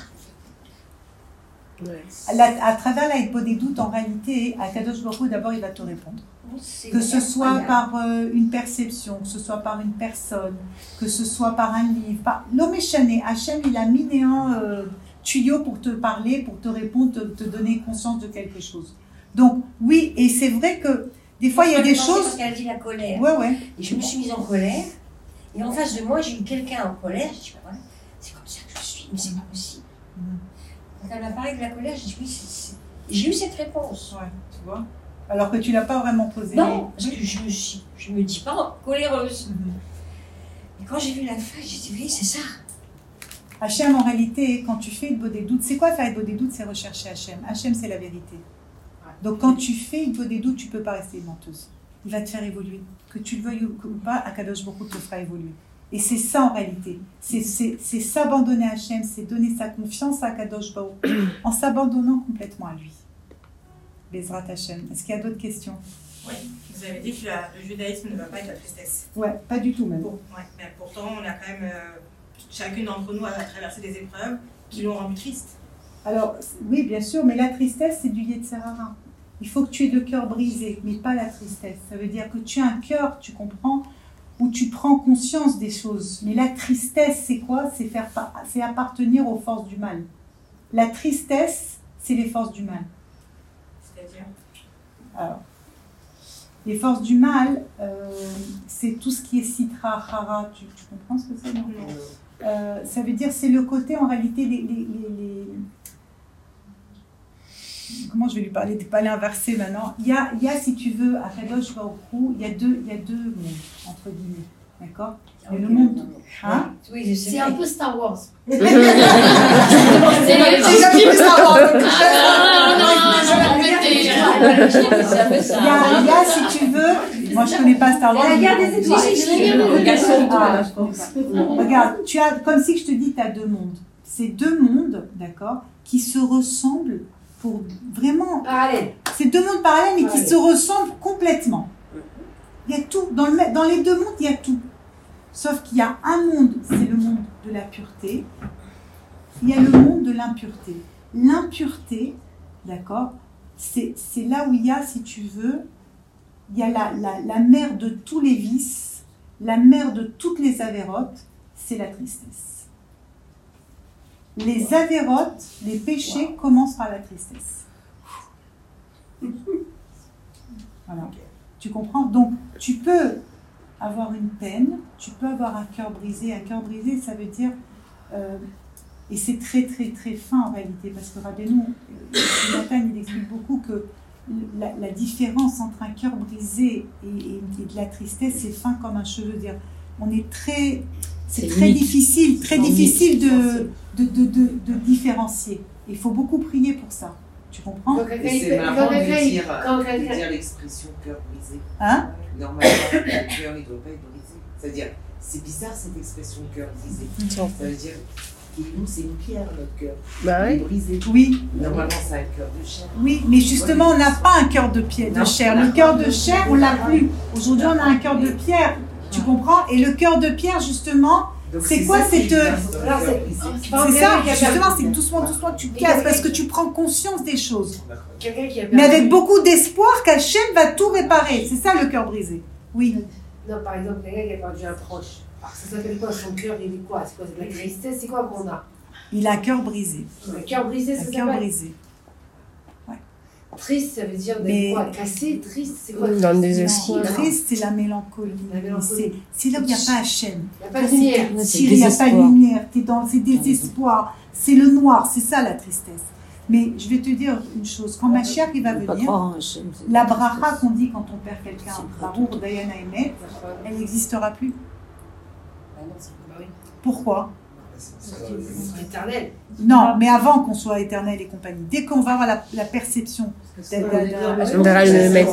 À travers la Igbo des doutes, en réalité, à Kadosh Baruch Hu, d'abord, il va te répondre. Que ce soit par une perception, que ce soit par une personne, que ce soit par un livre. L'homme est chané. Hachem, il a mis néant tuyau pour te parler, pour te répondre, te donner conscience de quelque chose. Donc, oui, et c'est vrai que des fois, il y a des choses... Parce qu'elle a dit la colère. Ouais. Et je me suis mise en colère. Et en face de moi, j'ai eu quelqu'un en colère. J'ai dit, voilà, c'est comme ça que je suis, mais c'est pas possible. Quand elle m'a parlé de la colère, j'ai dit, oui, j'ai eu cette réponse. Ouais, tu vois. Alors que tu ne l'as pas vraiment posée. Non, parce que je me dis pas coléreuse. Et quand j'ai vu la fin, j'ai dit, oui, c'est ça. Hachem, en réalité, quand tu fais Igbo des doutes, c'est quoi faire Igbo des doutes? C'est rechercher Hachem. Hachem, c'est la vérité. Donc quand tu fais Igbo des doutes, tu ne peux pas rester menteuse. Il va te faire évoluer. Que tu le veuilles ou pas, Akadosh Baruch Hu te fera évoluer. Et c'est ça en réalité. C'est s'abandonner à Hachem, c'est donner sa confiance à Akadosh Baruch Hu en s'abandonnant complètement à lui. Bezrat Hachem. Est-ce qu'il y a d'autres questions? Oui, vous avez dit que le judaïsme ne va pas être la tristesse. Ouais, pas du tout même. Mais pourtant, on a quand même, chacune d'entre nous a traversé des épreuves qui l'ont rendu triste. Alors, oui, bien sûr, mais la tristesse, c'est du Yetzer Hara. Il faut que tu aies le cœur brisé, mais pas la tristesse. Ça veut dire que tu as un cœur, tu comprends, où tu prends conscience des choses. Mais la tristesse, c'est quoi? C'est appartenir aux forces du mal. La tristesse, c'est les forces du mal. C'est-à-dire? Alors, les forces du mal, c'est tout ce qui est citra, hara. Tu comprends ce que c'est, non? Ça veut dire, c'est le côté, en réalité, comment je vais lui parler? De parler inversé maintenant. Il y a, si tu veux, à Kadosh Baruch Hu, il y a deux mondes, entre guillemets. D'accord? Il y a le monde. Hein? Oui, je sais. C'est un peu Star Wars. C'est jamais vu Star Wars. Il y a, si tu veux, moi je connais pas Star Wars. La guerre des étoiles. Regarde, tu as, comme si je te dis, tu as deux mondes. C'est deux mondes, d'accord, qui se ressemblent pour vraiment. Parallèle. C'est deux mondes parallèles, mais qui se ressemblent complètement. Il y a tout. Dans les deux mondes, il y a tout. Sauf qu'il y a un monde, c'est le monde de la pureté. Il y a le monde de l'impureté. L'impureté, d'accord, c'est là où il y a, si tu veux, il y a la mère de tous les vices, la mère de toutes les avérotes, c'est la tristesse. Les avérotes, les péchés commencent par la tristesse. Voilà. Tu comprends? Donc, tu peux avoir une peine, tu peux avoir un cœur brisé. Un cœur brisé, ça veut dire... et c'est très, très, très fin en réalité, parce que Rabbeinu, Nathan, il explique beaucoup que la différence entre un cœur brisé et de la tristesse, c'est fin comme un cheveu. Dire, on est très... C'est très difficile de différencier. Il faut beaucoup prier pour ça. Tu comprends? Et c'est marrant de dire l'expression cœur brisé. Hein? Normalement, le cœur, il ne doit pas être brisé. C'est-à-dire, c'est bizarre cette expression cœur brisé. Ça veut dire, nous, c'est une pierre, notre cœur. Bah oui. Brisé. Oui. Normalement, c'est un cœur de chair. Oui, mais justement, on n'a pas un cœur de chair. Le cœur de chair, on l'a plus. Aujourd'hui, on a un cœur de pierre. Tu comprends? Et le cœur de pierre, justement, c'est quoi cette... C'est ça, justement, c'est doucement, tu casses, parce que tu prends conscience des choses. Mais avec beaucoup d'espoir qu'Hachem va tout réparer. C'est ça le cœur brisé. Oui. Non, par exemple, quelqu'un qui a perdu un proche. Alors, ça s'appelle quoi? Son cœur, il est quoi? C'est quoi? C'est de la tristesse? C'est quoi qu'on a? Il a un cœur brisé. Un cœur brisé, ça Un cœur s'appelle? brisé. Triste, ça veut dire d'être quoi? Cassé, triste, c'est quoi? Dans le désespoir. Triste, c'est la mélancolie. C'est là où il n'y a pas Hachem. Il n'y a pas de lumière. Il n'y a pas de lumière. C'est désespoir. C'est le noir. C'est ça la tristesse. Mais je vais te dire une chose. Quand Mashiach il va venir, la bracha qu'on dit quand on perd quelqu'un, Baruch Dayana Emet, elle n'existera plus. Pourquoi? Éternel. Non, mais avant qu'on soit éternel et compagnie. Dès qu'on va avoir la perception, on verra le Hémet.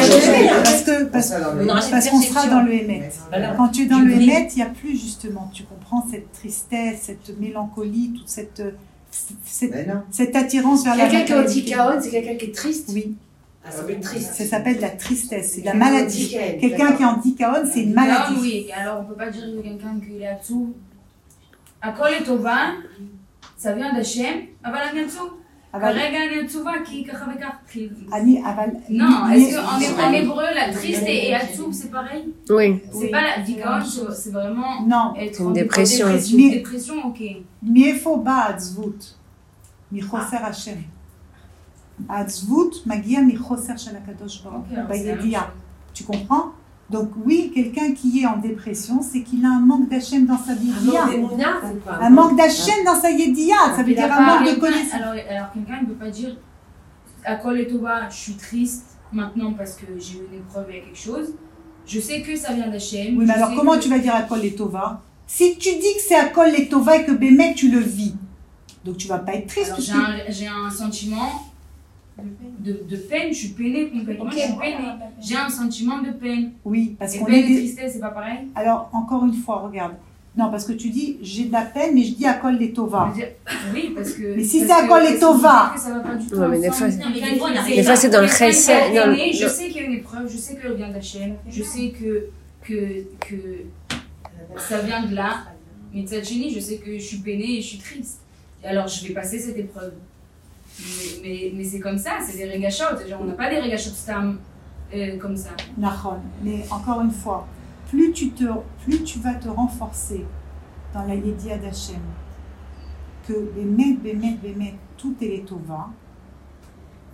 Parce qu'on sera dans le Hémet. Quand tu es dans le Hémet, il n'y a plus justement, tu comprends, cette tristesse, cette mélancolie, toute cette attirance vers la Quelqu'un qui est anti-chaos, c'est quelqu'un qui est triste. Oui. Ah, ça s'appelle triste. Ça s'appelle de la tristesse, c'est de la maladie. Quelqu'un qui est anti-chaos, c'est une maladie. Oui, alors on ne peut pas dire de quelqu'un qui est là-dessous. הכל לטובה, ça vient d'Hachem, אבל אני עצוב. כרגע אני עצובה כי ככה וכך. Non, est-ce qu'en hébreu, la triste et עצוב, c'est pareil? Oui. C'est pas la digaon, c'est vraiment être en dépression. Dépression, ok. מאיפה באה העצבות? מחוסר השם. העצבות מגיעה מחוסר של הקדוש ברוך הוא, בידיעה. Tu comprends? Donc oui, quelqu'un qui est en dépression, c'est qu'il a un manque d'Hachem dans sa yédia. Un manque d'Hachem dans sa yédia, ça veut dire un manque de connaissance. Alors quelqu'un ne peut pas dire à Kol et Tova, je suis triste maintenant parce que j'ai eu une épreuve et quelque chose. Je sais que ça vient d'Hachem. Oui, mais alors comment tu vas dire à Kol et Tova? Si tu dis que c'est à Kol et Tova et que Bémet tu le vis, donc tu vas pas être triste. J'ai un sentiment de peine, je suis peinée complètement, je suis peinée. J'ai un sentiment de peine. Oui, parce qu'on est... Et tristesse, c'est pas pareil? Alors, encore une fois, regarde. Non, parce que tu dis, j'ai de la peine, mais je dis à Kol et Tova. Oui, parce que... Mais si c'est à Kol et Tova... Non, mais des fois, c'est dans le chesed. Je sais qu'il y a une épreuve, je sais qu'elle vient d'Hachem, je sais que ça vient de là, mais Tzadchini, je sais que je suis peinée et je suis triste. Et alors, je vais passer cette épreuve. Mais c'est comme ça, c'est des régachot. On n'a pas des régachot stam comme ça. Nachon. Mais encore une fois, plus tu vas te renforcer dans la Yédia d'Hachem, que Bémet, tout est les Tova,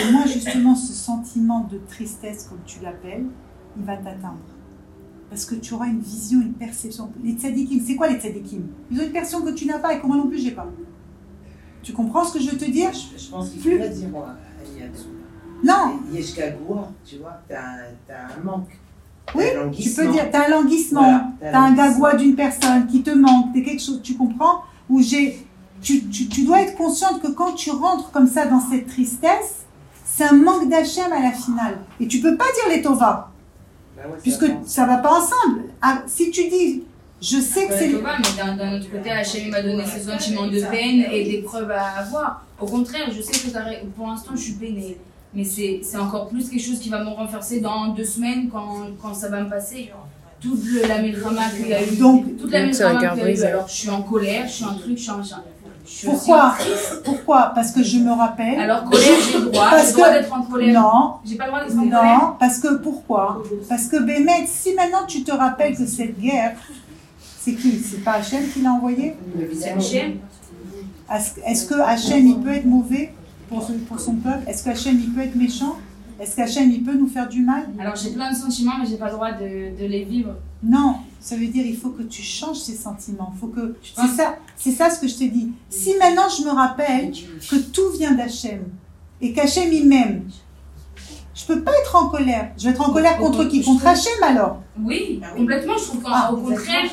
Et moi, justement, ce sentiment de tristesse, comme tu l'appelles, il va t'atteindre. Parce que tu auras une vision, une perception. Les tzadikim, c'est quoi les tzadikim? Ils ont une perception que tu n'as pas et que moi non plus, j'ai pas. Tu comprends ce que je veux te dire? Je pense qu'il faut pas dire Aniatsu. Non. Yeshkagoua, tu vois, t'as un manque. Oui, tu peux dire, tu as un languissement, tu as un gagoua d'une personne qui te manque, t'es quelque chose, tu comprends? Ou tu dois être consciente que quand tu rentres comme ça dans cette tristesse, c'est un manque d'Hachem à la finale. Et tu peux pas dire les Tova, puisque ça va pas ensemble. Ah, si tu dis, je sais que c'est... Mais d'un autre côté, Hachem m'a donné ce sentiment de peine et d'épreuve à avoir. Au contraire, je sais que pour l'instant, je suis peinée. Mais c'est encore plus quelque chose qui va me renforcer dans 2 semaines quand ça va me passer. Toute la mildrama qu'il y a eu. Donc, toute la mildrama qu'il y a eu. Alors, je suis en colère, je suis un truc, je suis un machin. Pourquoi? Parce que je me rappelle. Alors, colère, j'ai le droit d'être en colère. Non. J'ai pas le droit d'être en colère. Non, parce que pourquoi? Parce que Bémet, si maintenant tu te rappelles que cette guerre, c'est qui? C'est pas Hachem qui l'a envoyé? C'est Hachem. Est-ce que Hachem, il peut être mauvais pour son peuple? Est-ce qu'Hachem, il peut être méchant? Est-ce qu'Hachem, il peut nous faire du mal? Alors, j'ai plein de sentiments, mais j'ai pas le droit de les vivre. Non, ça veut dire il faut que tu changes ces sentiments. C'est ça ce que je te dis. Si maintenant je me rappelle que tout vient d'Hachem et qu'Hachem, il m'aime, je peux pas être en colère. Je vais être en colère contre qui? Contre Hachem alors? Oui, complètement. Je trouve qu'au contraire,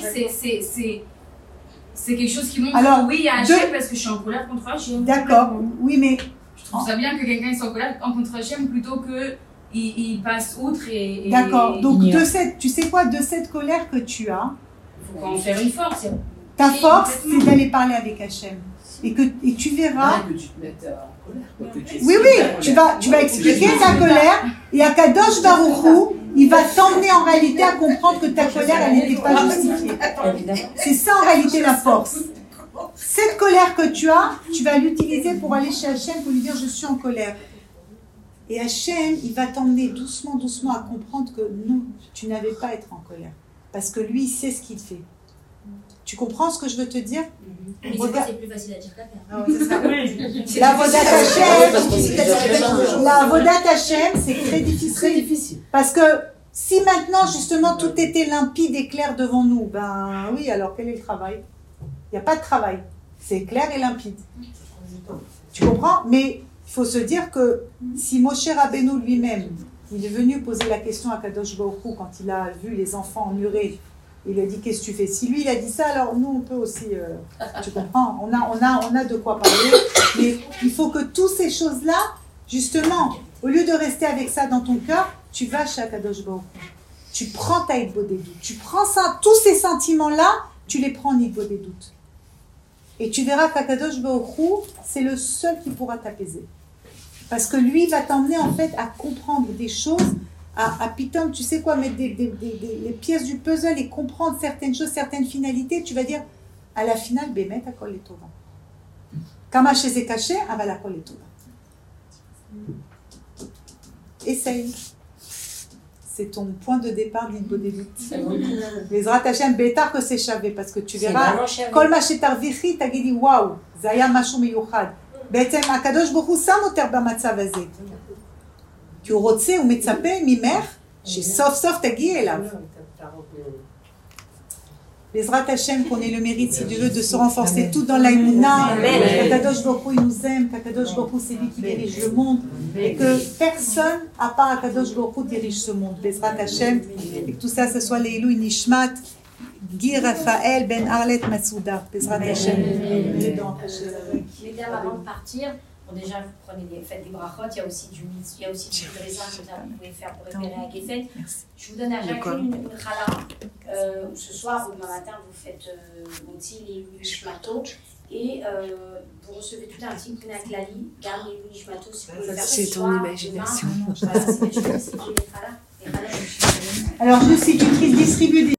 c'est quelque chose qui montre alors, oui, il y a Hachem parce que je suis en colère contre Hachem. D'accord, oui, mais... Je trouve ça bien que quelqu'un soit en colère contre Hachem plutôt qu'il passe outre et... D'accord, donc tu sais quoi, de cette colère que tu as... Il faut en faire une force. Ta force, c'est d'aller parler avec Hachem. Et tu verras... Que tu te mettes en colère. Oui, tu vas expliquer ta colère et à Kadosh Baruch Hu, il va t'emmener en réalité à comprendre que ta colère, elle n'était pas justifiée. C'est ça en réalité la force. Cette colère que tu as, tu vas l'utiliser pour aller chez Hachem pour lui dire je suis en colère. Et Hachem, il va t'emmener doucement, doucement à comprendre que non, tu n'avais pas à être en colère. Parce que lui, il sait ce qu'il fait. Tu comprends ce que je veux te dire? Mais c'est plus facile à dire qu'à faire. La Avodat Hachem, c'est très difficile. Parce que si maintenant, justement, tout était limpide et clair devant nous, ben oui, alors quel est le travail? Il n'y a pas de travail. C'est clair et limpide. Tu comprends? Mais il faut se dire que si Moshe Rabbeinu lui-même, il est venu poser la question à Kadosh Baruch Hu quand il a vu les enfants emmurés, il lui a dit qu'est-ce que tu fais? Si lui il a dit ça, alors nous on peut aussi, tu comprends? On a de quoi parler. Mais il faut que toutes ces choses-là, justement, au lieu de rester avec ça dans ton cœur, tu vas chez Kadosh Baruch Hu. Tu prends ta Igbo des doutes. Tu prends ça, tous ces sentiments-là, tu les prends en Igbo des doutes. Et tu verras qu'Akadosh Baruch Hu, c'est le seul qui pourra t'apaiser. Parce que lui va t'emmener en fait à comprendre des choses, à pitom, tu sais quoi, mettre les pièces du puzzle et comprendre certaines choses, certaines finalités. Tu vas dire, à la finale, Bémet à Kol Tova. Kama chez caché, avala Kol Tova. Essaye. C'est ton point de départ d'Igbo des doutes. Bezrat Hashem, bétar que c'est chavé, parce que tu verras, Kol ma shetarvichi, tagidi waouh, zaya mashu miyuchad. בעצם הקדוש ברוך הוא שם אותך במצב הזה. כי הוא רוצה, הוא מצפה ממך שסוף סוף תגיעי אליו. בעזרת השם, qu'on ait le mérite, si Dieu veut, de se renforcer tout dans l'aïmouna. Qu'Akadosh Baruch Hu, il nous aime, qu'Akadosh Baruch Hu, c'est lui qui dirige le monde. Et que personne, à part Akadosh Baruch Hu, dirige ce monde. Bezrat Hashem, et que tout ça, ce soit les Elou Nishmat, Guy Raphaël Ben Arlet Massouda. Bezrat Hashem. Mesdames, avant de partir, bon, déjà, vous prenez faites des brachot, il y a aussi du raisin que vous pouvez faire pour récupérer à Geffen. Je vous donne à chacune une challah. Ce soir ou demain matin, vous faites Motzi, les Nishmato. Et vous recevez tout un petit Pina Klali, Gam et Nishmato, si vous pouvez le faire ce soir. C'est ton imagination. Alors, juste si tu distribues des